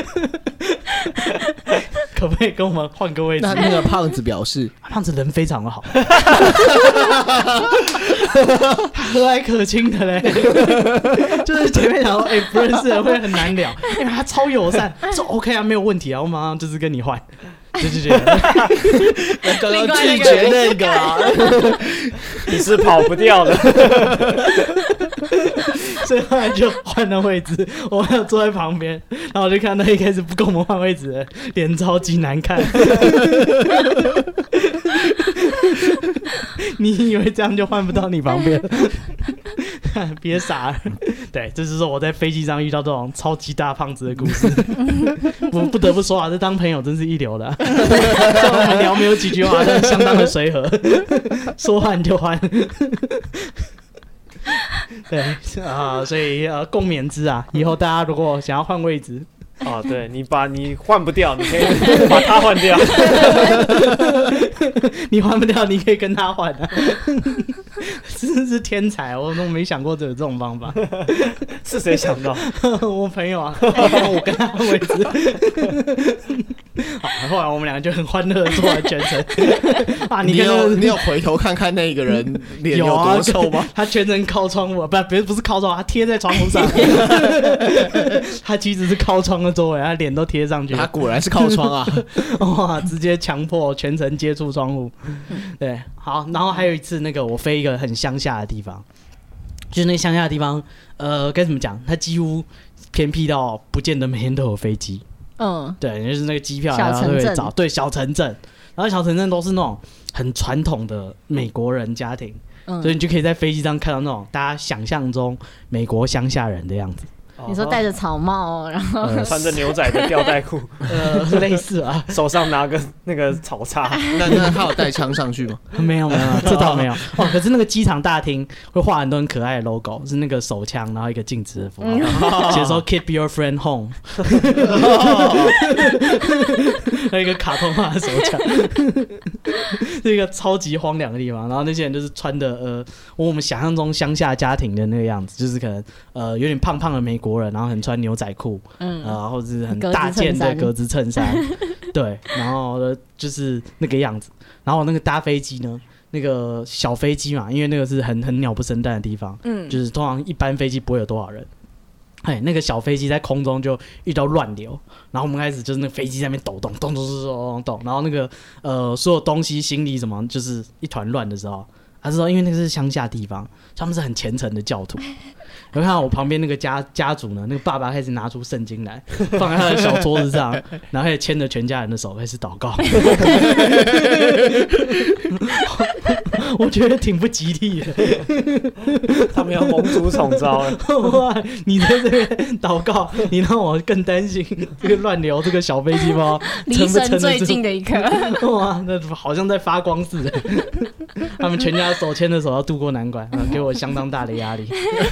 可不可以跟我们换个位置？ 那那个胖子表示， 胖子人非常的好，和蔼可亲的嘞，就是前面讲说，哎、欸，不认识的会很难聊，因为他超友善，说 OK 啊，没有问题啊，我马上就是跟你换。对对对， 刚刚拒绝那个、啊， 你是跑不掉的， 所以后来就换了位置，我没有坐在旁边，然后我就看到一开始不跟我们换位置的脸超级难看。你以为这样就换不到你旁边？别傻了，对，这就是我在飞机上遇到这种超级大胖子的故事。我不得不说啊，这当朋友真是一流的、啊。我们聊没有几句话，但是相当的随和，说换就换。对啊，所以呃，共勉之啊，以后大家如果想要换位置。 哦，对，你把你换不掉，你可以把他换掉。 你换不掉，你可以跟他换啊！真是天才，我都没想过有这种方法。 是谁想到？ 我朋友啊，我跟他换位置。好，后来我们两个就很欢乐的坐完全程。啊， 你, 你有你有回头看看那个人脸有多臭吗？ 啊、他全程靠窗户，不不不是靠窗，他贴在窗户上。他其实是靠窗的周围，他脸都贴上去。 他果然是靠窗啊！ 哇，直接强迫全程接触窗户。对，好，然后还有一次，那个我飞一个很乡下的地方， 就是那乡下的地方，呃，该怎么讲？它几乎偏僻到不见得每天都有飞机。嗯，对，就是那个机票大家都会找，对，小城镇，然后小城镇都是那种很传统的美国人家庭，嗯、所以你就可以在飞机上看到那种大家想象中美国乡下人的样子。 你说戴着草帽，然后、 呃、穿着牛仔的吊带裤， 呃，类似啊， 手上拿个那个草叉。 那那他有带枪上去吗？ 没有没有，这倒没有。哦，可是那个机场大厅会画很多很可爱的 logo， 是那个手枪，然后一个镜子的符号，写说 "Keep your friend home"， 还有一个卡通化的手枪，是一个超级荒凉的地方。然后那些人就是穿的呃，我们想象中乡下家庭的那个样子，就是可能呃有点胖胖的美国。然后很穿牛仔裤，嗯，呃，或者是很大件的格子衬衫，对，然后就是那个样子。然后那个搭飞机呢，那个小飞机嘛，因为那个是很很鸟不生蛋的地方，嗯，就是通常一般飞机不会有多少人。哎，那个小飞机在空中就遇到乱流，然后我们开始就是那个飞机在那边抖动，动动动动动，然后那个呃所有东西行李什么就是一团乱的时候，他说因为那个是乡下地方，他们是很虔诚的教徒。有看到我旁边那个 家, 家族呢，那个爸爸开始拿出圣经来，放在他的小桌子上，然后开始牵着全家人的手开始祷告。我觉得挺不吉利的。 他们要蒙主宠招了。 哇！你在这边祷告，你让我更担心这个乱流，这个小飞机包离神最近的一刻。 哇，那好像在发光似的。他们全家手牵着手要渡过难关，给我相当大的压力。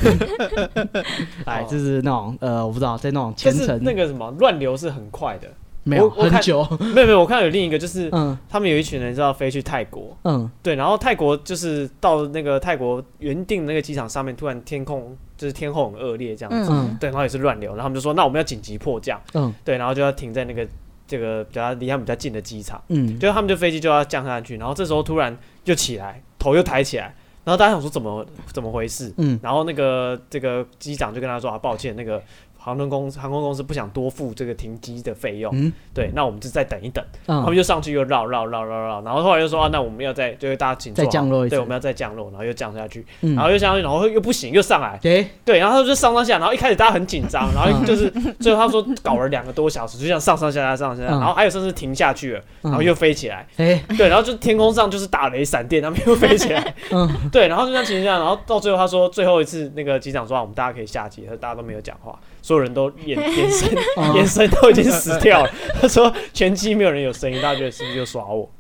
哎，就是那种呃，我不知道，在那种虔诚那个什么乱流是很快的， 没有很久， 没有没有。我看到有另一个，就是、嗯、他们有一群人是要飞去泰国，嗯，对，然后泰国就是到那个泰国原定那个机场上面，突然天空就是天候很恶劣这样子，嗯、对，然后也是乱流，然后他们就说，那我们要紧急迫降，嗯，对，然后就要停在那个这个比较离他们比较近的机场，嗯，就他们就飞机就要降下去，然后这时候突然就起来，头又抬起来。然后大家想说怎么怎么回事？嗯，然后那个这个机长就跟他说啊，抱歉，那个航空公司航空公司不想多付这个停机的费用，嗯，对，那我们就再等一等。嗯、他们就上去又绕绕绕绕绕，然后后来就说啊，那我们要再就是大家请坐好， 再降落一次， 对，我们要再降落，然后又降下去，嗯、然后又降下去，然后又不行，又上来， 对， 对，然后就上上下，然后一开始大家很紧张，然后就是最后他说搞了两个多小时，就像上上下下上上下下，嗯、然后还有甚至停下去了，然后又飞起来，哎、嗯，对，然后就天空上就是打雷闪电，他们又飞起来，嗯，对，然后就这样情况下，然后到最后他说最后一次那个机长说、啊、我们大家可以下机，大家都没有讲话。所有人都眼眼神眼神都已经死掉了。他说全机没有人有声音，大家觉得是不是就耍我？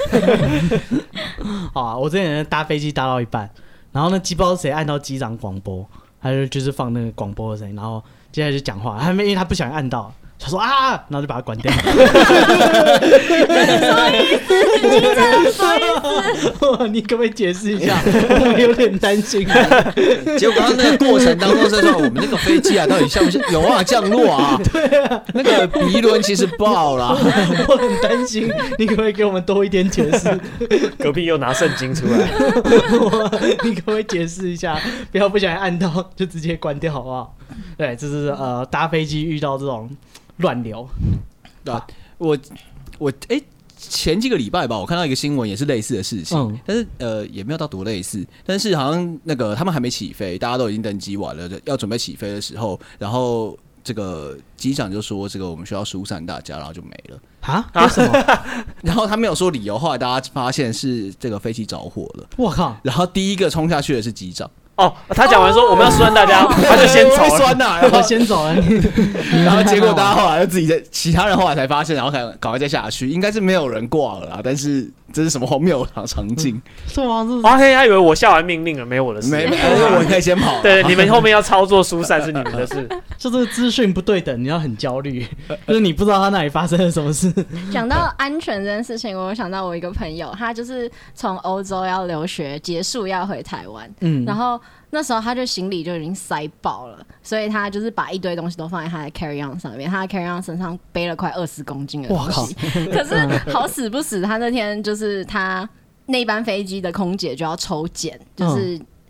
好啊，我之前搭飞机搭到一半，然后那机不知道谁按到机长广播，他就就是放那个广播的声音，然后接下来就讲话，他因为他不小心按到。他说啊，然后就把它关掉。什么意思？你这样什么意思？你可不可以解释一下？我有点担心、啊。 结果刚刚那个过程当中是说，我们那个飞机啊，到底像不像有办法降落啊？ 对啊， 那个鼻轮其实爆了。 我很担心，你可不可以给我们多一点解释？ 隔壁又拿圣经出来， 你可不可以解释一下？不要不小心按到就直接关掉，好不好？对，就是呃，搭飞机遇到这种。乱流， 对啊，我我哎、欸，前几个礼拜吧，我看到一个新闻，也是类似的事情，嗯、但是呃也没有到多类似，但是好像那个他们还没起飞，大家都已经登机完了，要准备起飞的时候，然后这个机长就说：“这个我们需要疏散大家，然后就没了。” 啊？为什么？ 然后他没有说理由，后来大家发现是这个飞机着火了。 我靠！ 然后第一个冲下去的是机长。 哦，他讲完说我们要酸大家，他就先走了， 酸呐、啊， 然后先走了， 然后结果大家后来就自己在，其他人后来才发现，然后才赶快再下去，应该是没有人挂了啦，但是这是什么荒谬的场景？ 是吗？是啊，他以为我下完命令了，没我的事， 没没，我可以先跑。 对，你们后面要操作疏散是你们的事， 就这个资讯不对等，你要很焦虑，就是你不知道他那里发生了什么事。 讲到安全这件事情，我想到我一个朋友，他就是从欧洲要留学结束要回台湾，嗯，然后。那时候他就行李就已经塞爆了，所以他就是把一堆东西都放在他的 carry on 上面，他的 carry on 身上背了快二十公斤的东西。可是好死不死，他那天就是他那班飞机的空姐就要抽检，就是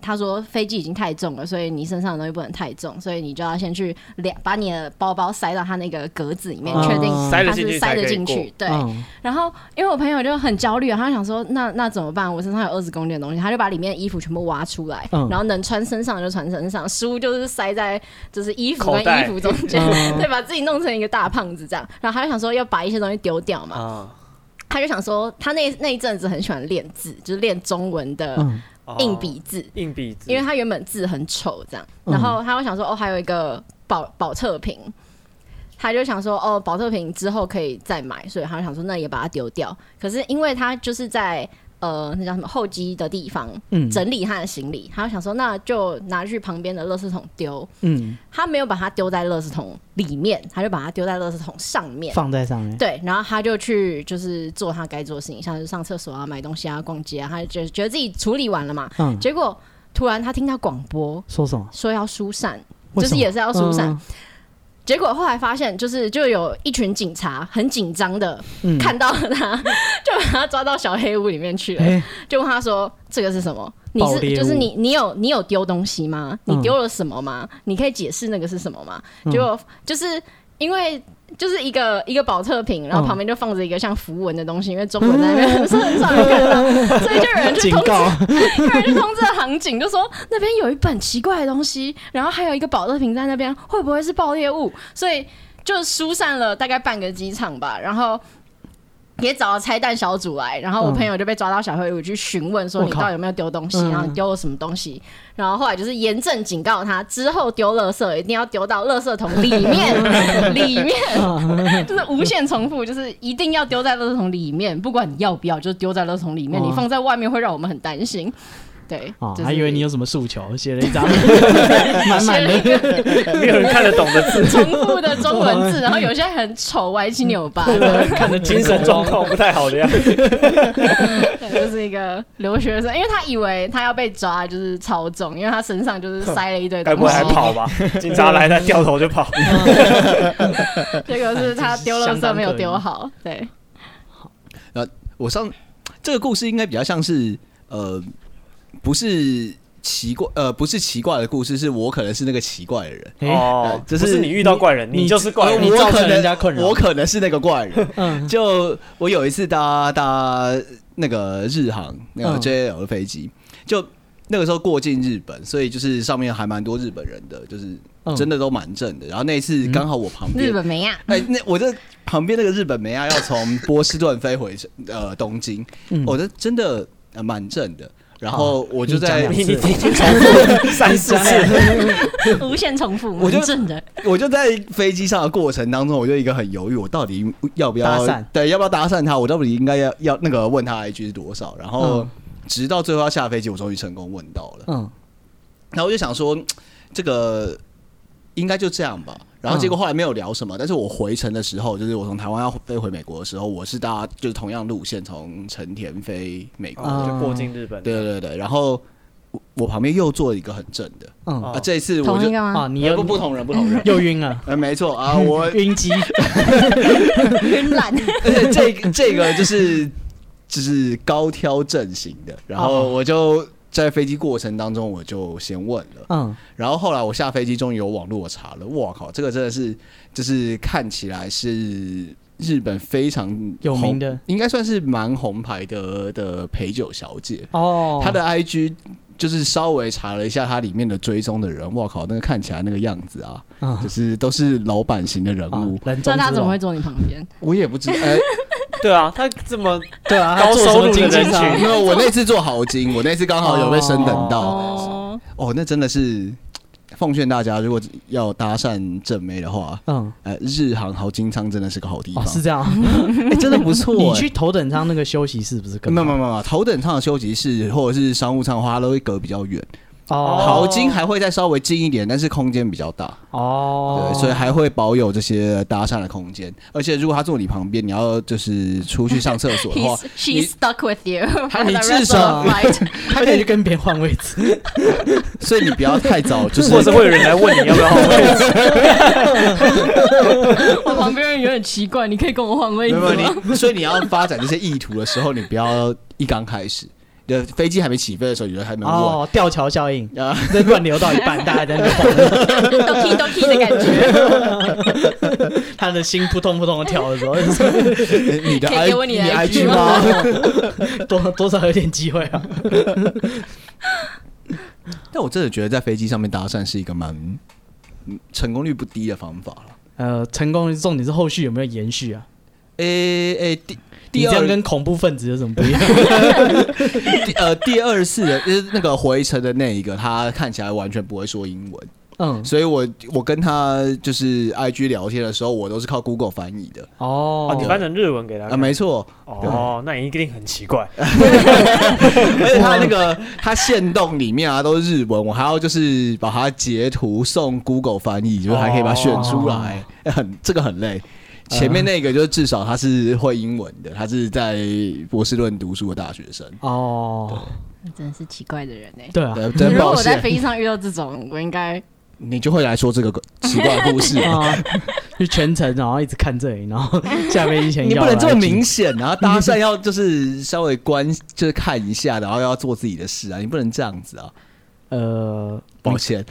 他说飞机已经太重了，所以你身上的东西不能太重，所以你就要先去量把你的包包塞到他那个格子里面，确、嗯、定它是塞得进去。对、嗯，然后因为我朋友就很焦虑啊，他想说那那怎么办？我身上有二十公斤的东西，他就把里面的衣服全部挖出来，嗯、然后能穿身上就穿身上，书就是塞在就是衣服跟衣服中间，对，把自己弄成一个大胖子这样。然后他就想说要把一些东西丢掉嘛。嗯，他就想说，他那那一阵子很喜欢练字，就是练中文的硬笔字、嗯哦， 硬笔字， 因为他原本字很丑，这样，然后他会想说，哦，还有一个保保测瓶，他就想说，哦，保测瓶之后可以再买，所以他就想说，那也把它丢掉。可是因为他就是在呃那叫什么候机的地方、嗯、整理他的行李，他就想说，那就拿去旁边的垃圾桶丢。嗯，他没有把它丢在垃圾桶里面，他就把它丢在垃圾桶上面， 放在上面。 对，然后他就去就是做他该做的事情，像是上厕所啊、买东西啊、逛街啊，他就觉得自己处理完了嘛。嗯，结果突然他听到广播说什么？ 说要疏散，就是也是要疏散。嗯，结果后来发现，就是就有一群警察很紧张的看到了他，嗯、就把他抓到小黑屋里面去了，欸、就问他说：“这个是什么？你是就是你你有你有丢东西吗？你丢了什么吗？嗯、你可以解释那个是什么吗？”结果就是因为就是一个一个保测瓶，然后旁边就放着一个像符文的东西，因为中文在那边是很少人看到，所以就有人去通知，有人去通知航警，就说那边有一本奇怪的东西，然后还有一个保测瓶在那边，会不会是爆裂物？所以就疏散了大概半个机场吧，然后也找了拆弹小组来，然后我朋友就被抓到小黑屋去询问说你到底有没有丢东西，然后你丢了什么东西，然后后来就是严正警告他，之后丢垃圾一定要丢到垃圾桶里面，里面就是無限重复，就是一定要丢在垃圾桶里面，不管你要不要，就丢在垃圾桶里面，你放在外面会让我们很担心。对， 哦就是、 还以为你有什么诉求，写了一张满满的没有人看得懂的字， 重复的中文字，然后有些很丑、歪七扭八的， 看得精神状况不太好的样子。 对，就是一个留学生，因为他以为他要被抓，就是超重，因为他身上就是塞了一堆东西。该不会还跑吧？警察来，他掉头就跑。 结果是他丢垃圾没有丢好。对， 呃，我上这个故事应该比较像是呃。不是奇怪，呃，不是奇怪的故事，是我可能是那个奇怪的人。 哦，呃、就是、不是你遇到怪人，你, 你就是怪人， 你造成人家困扰。 我可能是那个怪人。嗯，就我有一次搭搭那个日航那个 J L 的飞机，嗯、就那个时候过境日本，所以就是上面还蛮多日本人的，就是真的都蛮正的。然后那一次刚好我旁边、 嗯、日本梅亚， 哎、欸，那我这旁边那个日本梅亚要从波士顿飞回呃东京，嗯、我这真的蛮正的。然后我就在你你你重复三四次， 无限重复， 我就正的。 我就在飞机上的过程当中，我就一个很犹豫，我到底要不要搭讪？ 对，要不要搭讪他？我到底应该要要那个问他 I G 是多少？然后直到最后要下飞机，我终于成功问到了。嗯，然后我就想说，这个应该就这样吧。然后结果后来没有聊什么，但是我回程的时候，就是我从台湾要飞回美国的时候，我是搭就是同样路线从成田飞美国， 就过境日本。 对对对，然后我我旁边又坐了一个很正的，嗯啊，这一次我就啊， 你又不不同人不同人又晕了， 呃，没错啊，我晕机， 晕懒， 而且这这个就是就是高挑正型的，然后我就。在飞机过程当中，我就先问了，嗯，然后后来我下飞机终于有网络我查了，哇靠，这个真的是就是看起来是日本非常有名的， 应该算是蛮红牌的的陪酒小姐哦，她的 I G 就是稍微查了一下她里面的追踪的人，哇靠，那个看起来那个样子啊，嗯、就是都是老板型的人物， 那、啊、他怎么会坐你旁边？ 我也不知道。欸对啊，他这么对啊， 高收入的人群， 因为我那次做豪金，我那次刚好有被升等到，哦，哦那真的是奉劝大家，如果要搭讪正妹的话，嗯，呃，日航豪金舱真的是个好地方， 哦、是这样， 欸、真的不错、欸。 你去头等舱那个休息室不是更好？ 没有没有没有，头等舱的休息室或者是商务舱的话，它都会隔比较远。哦，豪金还会再稍微近一点，但是空间比较大哦，对，所以还会保有这些搭讪的空间。而且如果他坐你旁边，你要就是出去上厕所的话 ，She's stuck with you， 你至少他可以去跟别人换位置， 所以你不要太早，就是或者会有人来问你要不要换位置。 我旁边人有点奇怪，你可以跟我换位置吗？ 所以你要发展这些意图的时候，你不要一刚开始。 的飞机还没起飞的时候，有人还没问哦，吊桥效应啊，在乱流到一半，大家在那边都 key 都 key 的感觉，他的心扑通扑通的跳的时候， 你的 I 你的 I G 吗？ 多多少有点机会啊。 但我真的觉得在飞机上面搭讪是一个蛮成功率不低的方法了。 呃，成功的重点是后续有没有延续啊？ 诶、欸、诶、欸，第你这样跟恐怖分子有什么不一样？ 第呃，第二次的就是那个回程的那一个，他看起来完全不会说英文。嗯，所以我我跟他就是 I G 聊天的时候，我都是靠 Google 翻译的。 哦，哦你翻成日文给他看啊，没错。 哦，那你一定很奇怪。 而且他那个他限动里面啊都是日文，我还要就是把它截图送 Google 翻译，就是还可以把它选出来，哦、很这个很累。前面那个就至少他是会英文的，他是在波士顿读书的大学生。哦， 真的是奇怪的人哎、欸。 对啊， 如果我在飞机上遇到这种，我应该。 你就会来说这个奇怪的故事啊，就全程然后一直看这里，然后下飞机前你不能这么明显，然后搭讪要就是稍微关就是看一下，然后要做自己的事啊，你不能这样子啊。呃，抱歉，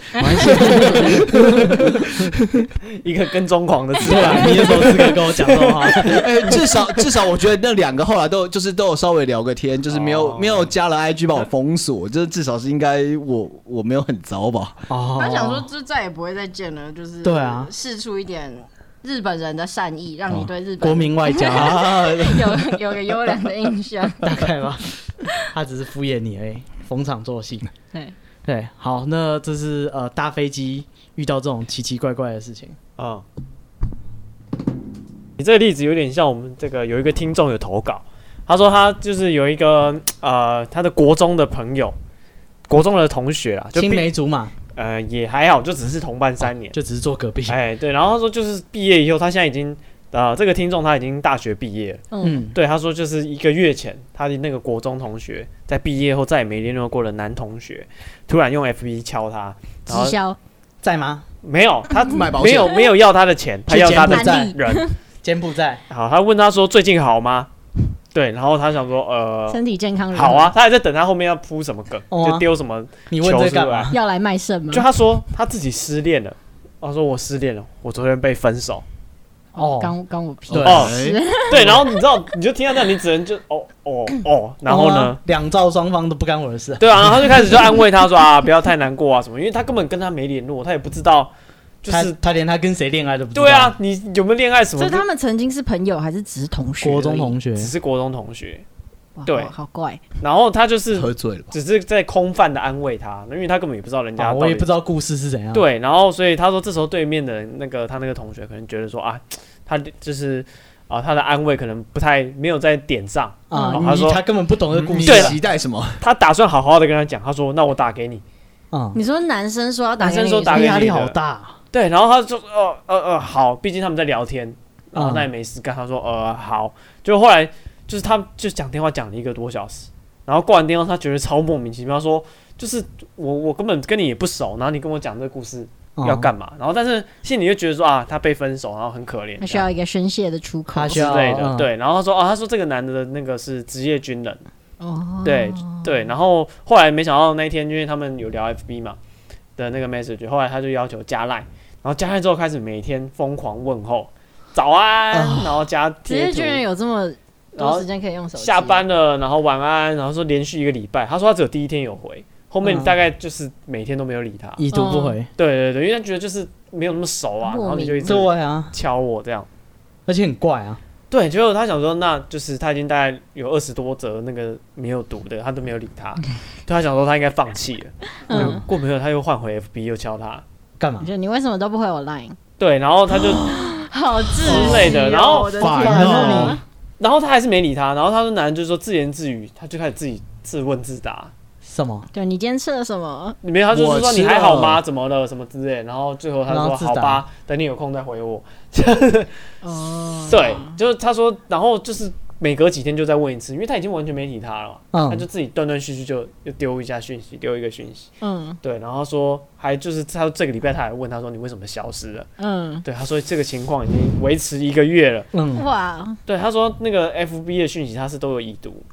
一个跟踪狂的字啊，你有什么资格跟我讲这种话？ 哎，至少至少我觉得那两个后来都就是都有稍微聊个天，就是没有、哦、没有加了 I G 把我封锁，这至少是应该我我没有很糟吧？ 哦，他想说就再也不会再见了，就是对啊，释出一点日本人的善意，让你对日本、 哦、国民外交有有个优良的印象， 大概吧。他只是敷衍你而已，逢场作戏。 对。 对，好，那这是呃搭飞机遇到这种奇奇怪怪的事情啊、嗯。 你这个例子有点像我们这个有一个听众有投稿，他说他就是有一个呃他的国中的朋友，国中的同学啦， 青梅竹马， 呃也还好，就只是同班三年， 哦、就只是坐隔壁。 哎，对，然后他说就是毕业以后，他现在已经。呃，这个听众他已经大学毕业了，嗯，对，他说就是一个月前，他的那个国中同学在毕业后再也没联络过的男同学，突然用 F B 敲他， 直销在吗？ 没有，他没有没有要他的钱，他要他的人， 柬埔寨。 好，他问他说最近好吗？对，然后他想说呃， 身体健康好啊，他还在等他后面要铺什么梗，哦啊、就丢什么你问这干嘛？ 要来卖肾吗？ 就他说他自己失恋了，他说我失恋了，我昨天被分手。 哦，刚刚我屁哦，对，然后你知道，你就听到这样，你只能就哦哦哦，然后呢， 两造双方都不干我的事。 对啊，然后他就开始就安慰他说啊，不要太难过啊什么，因为他根本跟他没联络，他也不知道，就是他连他跟谁恋爱都不知道。 对啊，你有没有恋爱什么？ 所以他们曾经是朋友还是只是同学？ 国中同学， 只是国中同学。对， 好怪。 然后他就是喝醉了， 只是在空泛的安慰他，因为他根本也不知道人家、啊， 我也不知道故事是怎样。 对，然后所以他说，这时候对面的那个他那个同学可能觉得说啊，他就是啊，他的安慰可能不太没有在点上啊。他说他根本不懂这故事， 对，期待什么？ 他打算好好的跟他讲，他说那我打给你。 嗯，你说男生说要打给你， 男生说打给你， 压力好大。 对，然后他说呃呃呃好，毕竟他们在聊天，然后那也没事干，他说呃好，就后来。就是他就讲电话讲了一个多小时，然后挂完电话他觉得超莫名其妙，说就是我我根本跟你也不熟，然后你跟我讲这个故事要干嘛？哦、然后但是心里就觉得说啊他被分手，然后很可怜， 他需要一个宣泄的出口之类的，嗯、对。然后他说哦他说这个男的那个是职业军人，哦对对。然后后来没想到那一天，因为他们有聊 F B 嘛的那个 message， 后来他就要求加 line， 然后加 line 之后开始每天疯狂问候早安，哦、然后加职业军人有这么。然后时间可以用手机下班了，然后晚安，然后说连续一个礼拜，他说他只有第一天有回，后面大概就是每天都没有理他， 已、嗯、读不回。 对对对，因为他觉得就是没有那么熟啊，然后你就一直敲我这样， 而且很怪啊。 对，结果他想说，那就是他已经大概有二十多则那个没有读的，他都没有理他，对他想说他应该放弃了。嗯，过没有他又换回 F B 又敲他， 干嘛？ 就你为什么都不回我 Line？ 对，然后他就好自之类的，然后烦哦。 然后他还是没理他，然后他说男人就说自言自语，他就开始自己自问自答。 什么？ 对你今天吃了什么？ 没有，他就是说你还好吗？怎么了？什么之类。然后最后他说好吧，等你有空再回我。哦，对，就是他说，然后就是每隔几天就再问一次，因为他已经完全没理他了，嗯、他就自己断断续续就又丢一下讯息，丢一个讯息，嗯，对，然后说还就是他这个礼拜他还问他说你为什么消失了，嗯，对，他说这个情况已经维持一个月了，嗯，哇，对，他说那个 F B 的讯息他是都有已读，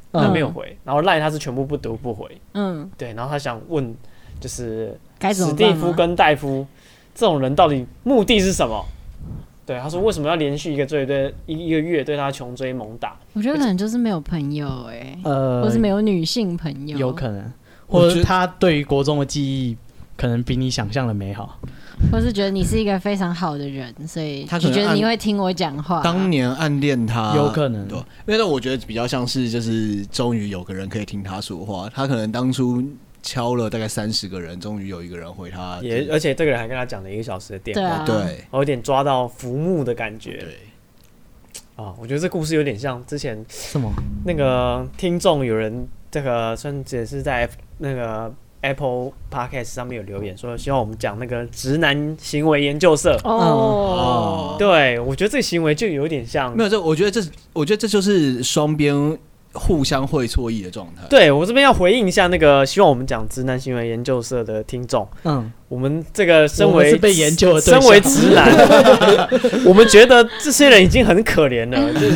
他没有回，然后 LINE 他是全部不读不回，嗯，对，然后他想问就是史蒂夫跟戴夫这种人到底目的是什么？对，他说为什么要连续一个追对一一个月对他穷追猛打？ 我觉得可能就是没有朋友哎、欸，呃，或是没有女性朋友， 有可能，或者他对于国中的记忆可能比你想象的美好， 或是觉得你是一个非常好的人，所以他觉得你会听我讲话。 当年暗恋他， 有可能， 对，因为我觉得比较像是就是终于有个人可以听他说话，他可能当初敲了大概三十个人，终于有一个人回他， 也而且这个人还跟他讲了一个小时的电话， 对、啊，对， 有点抓到浮木的感觉，对。啊，我觉得这故事有点像之前什么那个听众有人这个算也是在 F, 那个 Apple Podcast 上面有留言说，希望我们讲那个直男行为研究社。哦，对，我觉得这个行为就有点像， 没有这，我觉得这，我觉得这就是双边互相会错意的状态。 对，我这边要回应一下那个希望我们讲直男行为研究社的听众。嗯，我们这个身为是被研究的对象， 身为直男，我们觉得这些人已经很可怜了，就是、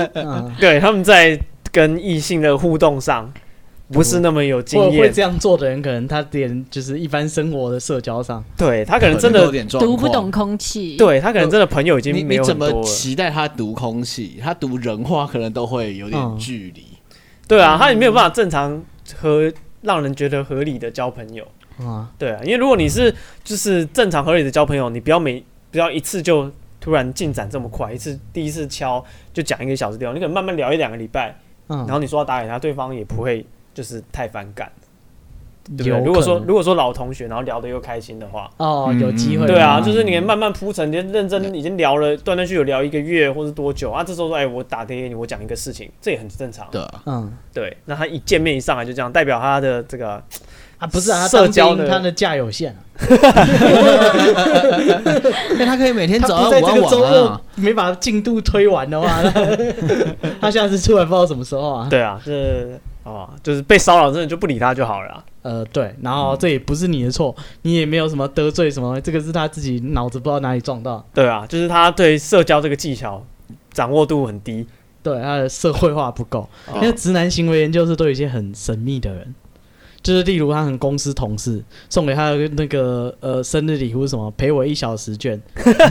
嗯、对他们在跟异性的互动上不是那么有经验。 会这样做的人，可能他连就是一般生活的社交上， 对他可能真的读不懂空气， 对他可能真的朋友已经没有很多了。 你怎么期待他读空气？他读人话可能都会有点距离。嗯对啊，他也没有办法正常和让人觉得合理的交朋友。啊，对啊，因为如果你是就是正常合理的交朋友，你不要每不要一次就突然进展这么快，一次第一次敲就讲一个小时电话，你可能慢慢聊一两个礼拜，嗯，然后你说要打给他，对方也不会就是太反感。对不对？如果说如果说老同学，然后聊得又开心的话， 哦，有机会。 对啊，就是你慢慢铺陈，你认真已经聊了，断断续续聊一个月或是多久啊？这时候说，哎，我打给你，我讲一个事情，这也很正常。 对啊，嗯， 对。那他一见面一上来就这样，代表他的这个啊，不是啊，社交的他的假有限， 他可以每天早上在这个周末没把进度推完的话，他下次出来不知道什么时候啊。 对啊，这哦，就是被骚扰，真的就不理他就好了啦。 呃，对，然后这也不是你的错，你也没有什么得罪什么，这个是他自己脑子不知道哪里撞到。 对啊，就是他对社交这个技巧掌握度很低， 对他的社会化不够。哦、因为直男行为研究室都有一些很神秘的人，就是例如他很公司同事送给他的那个呃生日礼物是什么，陪我一小时券，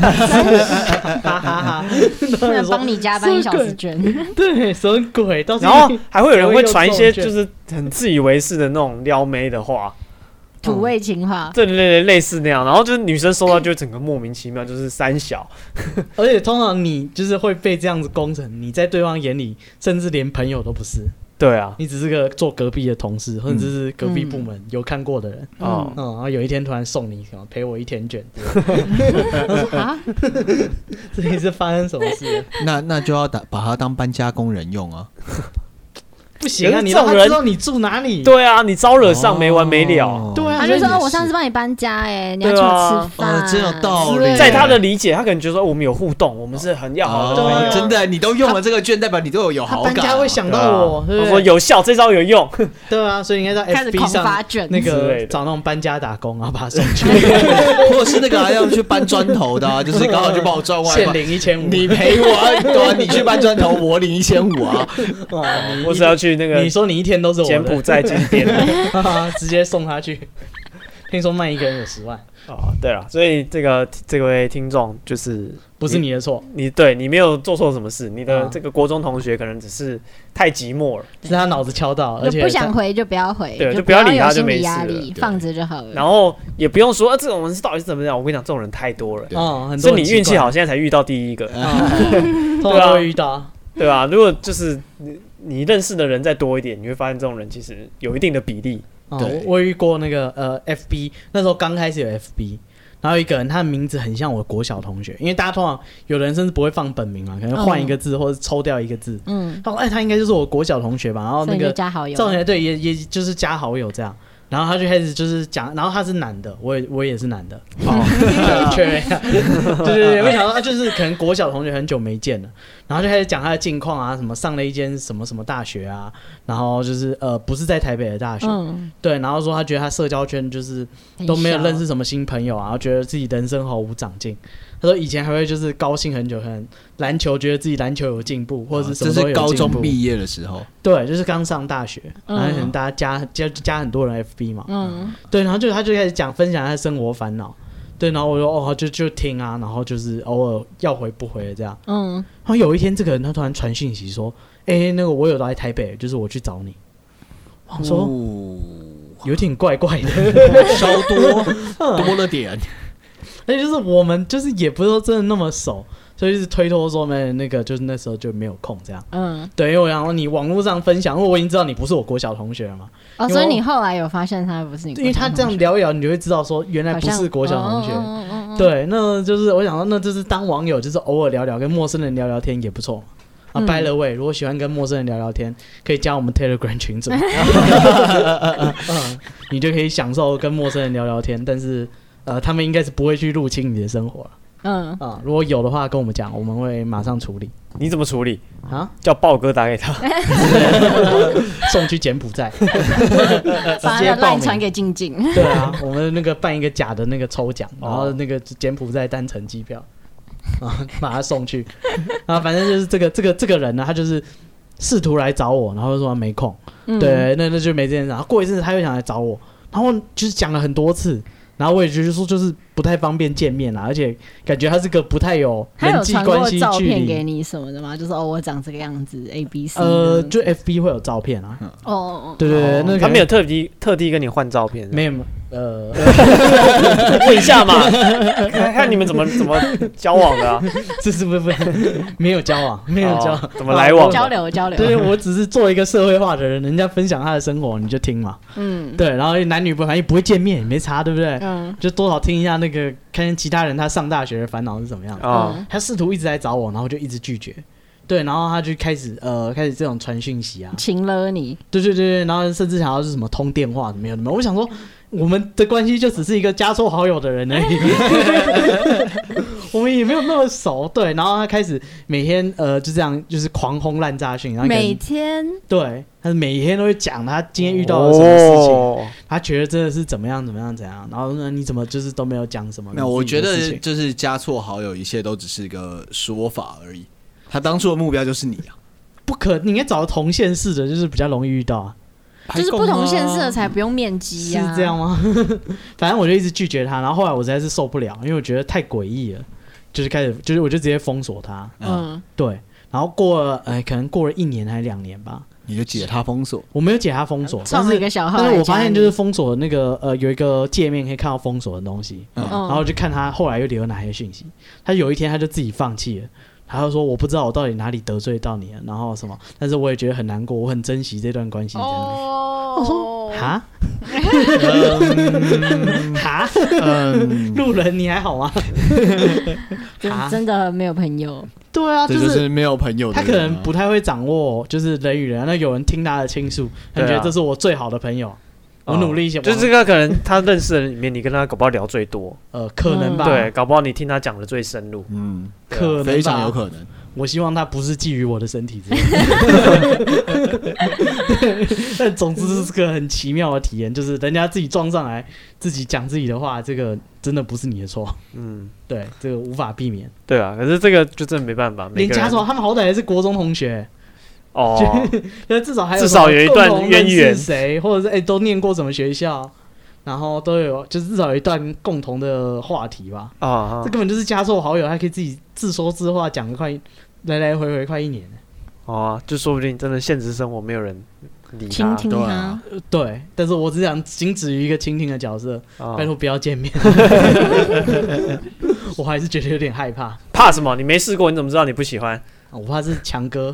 帮你加班一小时券， 对，什么鬼？ 然后还会有人会传一些就是很自以为是的那种撩妹的话， 土味情话， 对对对，类似那样。然后就是女生收到就整个莫名其妙，就是三小， 而且通常你就是会被这样子攻成，你在对方眼里甚至连朋友都不是。 对啊， 你只是个做隔壁的同事，或者是隔壁部门、嗯、有看过的人，嗯，嗯，然后有一天突然送你什么陪我一天卷，啊，这里是发生什么事？ 那那就要打把他当搬家工人用啊。 不行啊！你让他知道你住哪里。 对啊，你招惹上没完没了。 哦、对啊， 他就说：“我上次帮你搬家、欸，哎，你要请我吃饭。” 真有道理。 在他的理解，他可能觉得说我们有互动，我们是很要好的朋友。 哦、真的，你都用了这个券，代表你对我有好感。 搬家会想到我， 我说有效，这招有用。 对啊，所以应该在 F B 上那个找那种搬家打工，然后把他送去， 或者是那个还要去搬砖头的、啊，就是刚好去帮我赚外， 现领一千五， 你赔我，对啊，你去搬砖头，我领一千五啊。 我是要去那个， 你说你一天都是我的柬埔寨金边直接送他去。听说卖一个人有十万哦，对了，所以这个这位听众就是不是你的错， 你对你没有做错什么事，你的这个国中同学可能只是太寂寞了， 是他脑子敲到，而且不想回就不要回， 对， 就不要理他就没事了， 放着就好了。 然后也不用说、啊、这种人是到底是怎么样，我跟你讲，这种人太多了， 哦，很多，是你运气好，现在才遇到第一个， 通常都会遇到， 对吧？如果就是你你认识的人再多一点，你会发现这种人其实有一定的比例。 哦、我遇过那个呃 F B， 那时候刚开始有 F B， 然后一个人他的名字很像我国小同学，因为大家通常有人甚至不会放本名嘛，可能换一个字、嗯、或者抽掉一个字，嗯，他说哎他应该就是我国小同学吧，然后那个加好友， 对，也也就是加好友这样。然后他就开始就是讲，然后他是男的，我也我也是男的，哦，确认一下，对对对，我想到他就是可能国小同学很久没见了，然后就开始讲他的近况啊，什么上了一间什么什么大学啊，然后就是呃不是在台北的大学，嗯、对，然后说他觉得他社交圈就是都没有认识什么新朋友啊，然后觉得自己人生毫无长进， 他说以前还会就是高兴很久，可能篮球觉得自己篮球有进步，或者是什么都有进步。 这是高中毕业的时候， 对，就是刚上大学，然后可能大家加加加很多人 F B 嘛，嗯，对，然后就他就开始讲分享他的生活烦恼，对，然后我说哦就就听啊，然后就是偶尔要回不回的这样，嗯，然后有一天这个人他突然传讯息说，哎、欸，那个我有来台北，就是我去找你，我说、哦、有点怪怪的， 稍多多了点。 而且就是我们就是也不是说真的那么熟，所以就是推脱说没那个就是那时候就没有空这样。嗯，对，因为我想说你网络上分享，因为我已经知道你不是我国小同学了嘛。 哦，所以你后来有发现他不是你国小同学？ 因为他这样聊一聊，你就会知道说原来不是国小同学。哦哦哦、对，那就是我想说，那就是当网友，就是偶尔聊聊，跟陌生人聊聊天也不错。啊 ，by the way， 如果喜欢跟陌生人聊聊天，可以加我们 Telegram 群组，嗯，你就可以享受跟陌生人聊聊天，但是。呃，他们应该是不会去入侵你的生活了。嗯啊、呃，如果有的话，跟我们讲，我们会马上处理。 你怎么处理啊？叫豹哥打给他， 送去柬埔寨，直接报名传给静静。 对啊，我们那个办一个假的那个抽奖，然后那个柬埔寨单程机票，啊，把他送去。然后反正就是这个这个这个人呢，他就是试图来找我，然后说他没空。嗯、对，那那就没这件事。然后过一阵子他又想来找我，然后就是讲了很多次。然后我也觉得说，就是不太方便见面啦，而且感觉他是个不太有人际关系距离。 他有传过照片给你什么的吗？就是哦，我长这个样子 ，A B C。 呃，就 F B 会有照片啊。哦哦，对对对，那他没有特地特地跟你换照片， 没有呃， 问一下嘛，看看你们怎么怎么交往的啊？ 这是不是不是没有交往，没有交往， 哦、怎么来往？ 交流交流。 对，我只是做一个社会化的人，人家分享他的生活，你就听嘛。嗯，对，然后男女不反正不会见面，没差，对不对？嗯，就多少听一下那个，看见其他人他上大学的烦恼是怎么样的。哦、嗯，他试图一直来找我，然后就一直拒绝。对，然后他就开始呃，开始这种传讯息啊， 情了你。 对对对，然后甚至想要是什么通电话，没有没有。我想说，我们的关系就只是一个加错好友的人而已，我们也没有那么熟。对，然后他开始每天呃就这样就是狂轰滥炸讯，然后每天对，他每天都会讲他今天遇到了什么事情，哦、他觉得真的是怎么样怎么样怎样，然后呢你怎么就是都没有讲什么？ 那我觉得就是加错好友，一切都只是个说法而已。他当初的目标就是你啊， 不可，你应该找同县市的，就是比较容易遇到啊。 就是不同县市的才不用面基啊， 是这样吗？反正我就一直拒绝他，然后后来我实在是受不了，因为我觉得太诡异了，就是开始，就是我就直接封锁他。嗯，对。然后过了，哎、欸，可能过了一年还是两年吧， 你就解他封锁？ 我没有解他封锁， 创了一个小号。 但是我发现就是封锁的那个呃有一个界面可以看到封锁的东西，嗯、然后就看他后来又留哪些讯息。他有一天他就自己放弃了。他就说：“我不知道我到底哪里得罪到你了，然后什么，但是我也觉得很难过，我很珍惜这段关系。”这样，我说：“哈，哈，嗯，路人你还好吗？ 真的没有朋友？ 对啊，就是, 就是没有朋友的、 啊。他可能不太会掌握，就是人与人。那有人听他的倾诉，他觉得这是我最好的朋友。”我努力一些， 就是这个可能他认识的人里面，你跟他搞不好聊最多， 呃，可能吧， 对，搞不好你听他讲的最深入， 嗯，可能非常有可能。 我希望他不是觊觎我的身体之类的，但总之是个很奇妙的体验，就是人家自己撞上来，自己讲自己的话，这个真的不是你的错，嗯，对，这个无法避免。 对啊，可是这个就真的没办法， 连家错，他们好歹也是国中同学。 哦， 至少还有至少有一段渊源， 谁或者是哎、欸、都念过什么学校，然后都有，就是至少有一段共同的话题吧。啊、哦，这根本就是加错好友，还可以自己自说自话讲了快来来回回快一年。 哦，就说不定真的现实生活没有人理他， 倾听他， 对啊，对，但是我只想仅止于一个倾听的角色，哦、拜托不要见面。我还是觉得有点害怕。 怕什么？你没试过，你怎么知道你不喜欢？ 我怕是强哥，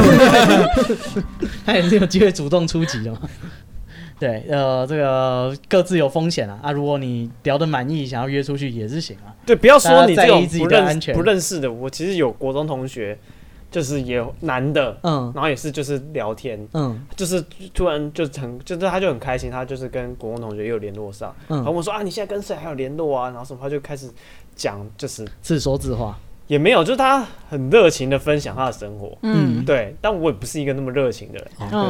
他也是有机会主动出击的嘛。对，呃，这个各自有风险啊。啊，如果你聊得满意，想要约出去也是行啊。 对，不要说你这种不认不认识的，我其实有国中同学，就是也男的，嗯，然后也是就是聊天，嗯，就是突然就很，就是他就很开心，他就是跟国中同学也有联络上，嗯，然后我说啊，你现在跟谁还有联络啊？然后什么，他就开始讲，就是自说自话。 也没有，就是他很热情的分享他的生活，嗯，对，但我也不是一个那么热情的人，嗯，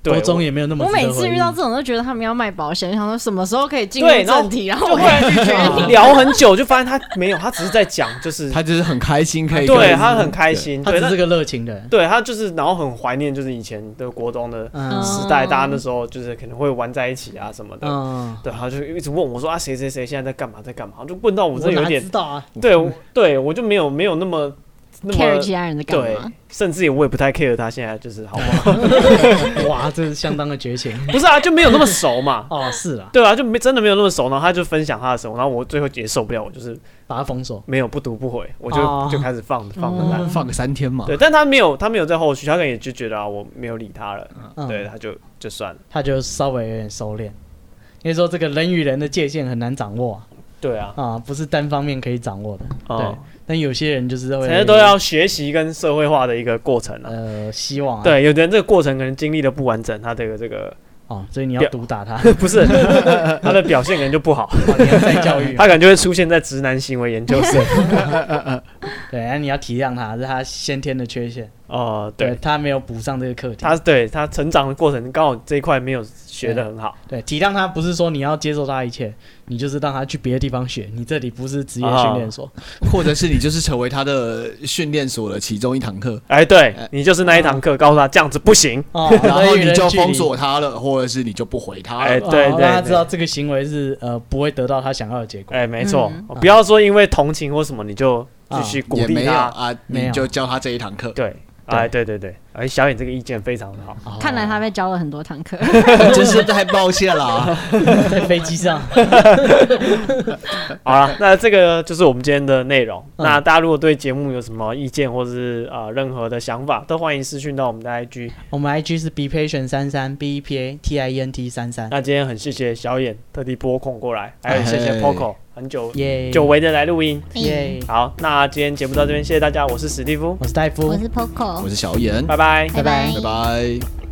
国中也没有那么。 我每次遇到这种都觉得他们要卖保险，想说什么时候可以进入正题，然后我会拒绝你。 聊很久就发现他没有，他只是在讲，就是他就是很开心可以， 对他很开心， 他只是个热情的人， 对他就是然后很怀念就是以前的国中的时代，大家那时候就是可能会玩在一起啊什么的，对，他就一直问我说啊谁谁谁现在在干嘛在干嘛，就问到我这有点， 知道啊， 对对，我就没有没有那么。 care 其他人的干嘛？ 对，甚至也我也不太 care 他现在就是好不好？ 哇，这是相当的绝情。 不是啊，就没有那么熟嘛。 哦，是啦。 对啊，就没真的没有那么熟，然后他就分享他的生活，然后我最后也受不了，我就是把他封锁， 没有不读不回，我就、哦、就开始放放着、 嗯，放个三天嘛。 对，但他没有他没有在后续，他可能也就觉得啊我没有理他了，嗯、对，他就就算了， 他就稍微有点收敛。因为说这个人与人的界限很难掌握、啊。 对啊， 啊，不是单方面可以掌握的。哦、对，但有些人就是会， 其实都要学习跟社会化的一个过程啊。 呃，希望、啊。 对，有的人这个过程可能经历的不完整，他的这个哦，所以你要毒打他， 不是他的表现可能就不好。 哦、你要再教育， 他可能就会出现在直男行为研究社。 对，那你要体谅他，是他先天的缺陷。 哦、呃，对, 对，他没有补上这个课题， 他对他成长的过程刚好这一块没有学得很好。 对，对，体谅他不是说你要接受他一切，你就是让他去别的地方学，你这里不是职业训练所、哦， 或者是你就是成为他的训练所的其中一堂课。 哎，对你就是那一堂课，告诉他这样子不行， 哦、 然后你就封锁他了，或者是你就不回他了。 哎，对对，对， 让他知道这个行为是呃不会得到他想要的结果。 哎，没错、嗯，不要说因为同情或什么你就继续鼓励他啊，你就教他这一堂课。 对。哎，对对对，哎，小野这个意见非常的好。 哦、看来他被教了很多堂课， 真是太抱歉了， 在飞机上。 好了，那这个就是我们今天的内容。嗯、那大家如果对节目有什么意见或者是呃任何的想法，都欢迎私讯到我们的 I G。 我们 I G 是 be patient 三三 b e p a t i e n t 三三。 那今天很谢谢小野特地拨空过来，还有谢谢 Poco 很久久违的来录音。 耶！ 好，那今天节目到这边，谢谢大家，我是史蒂夫， 我是戴夫， 我是 Poco， 我是小野， 拜拜， 拜拜， 拜拜。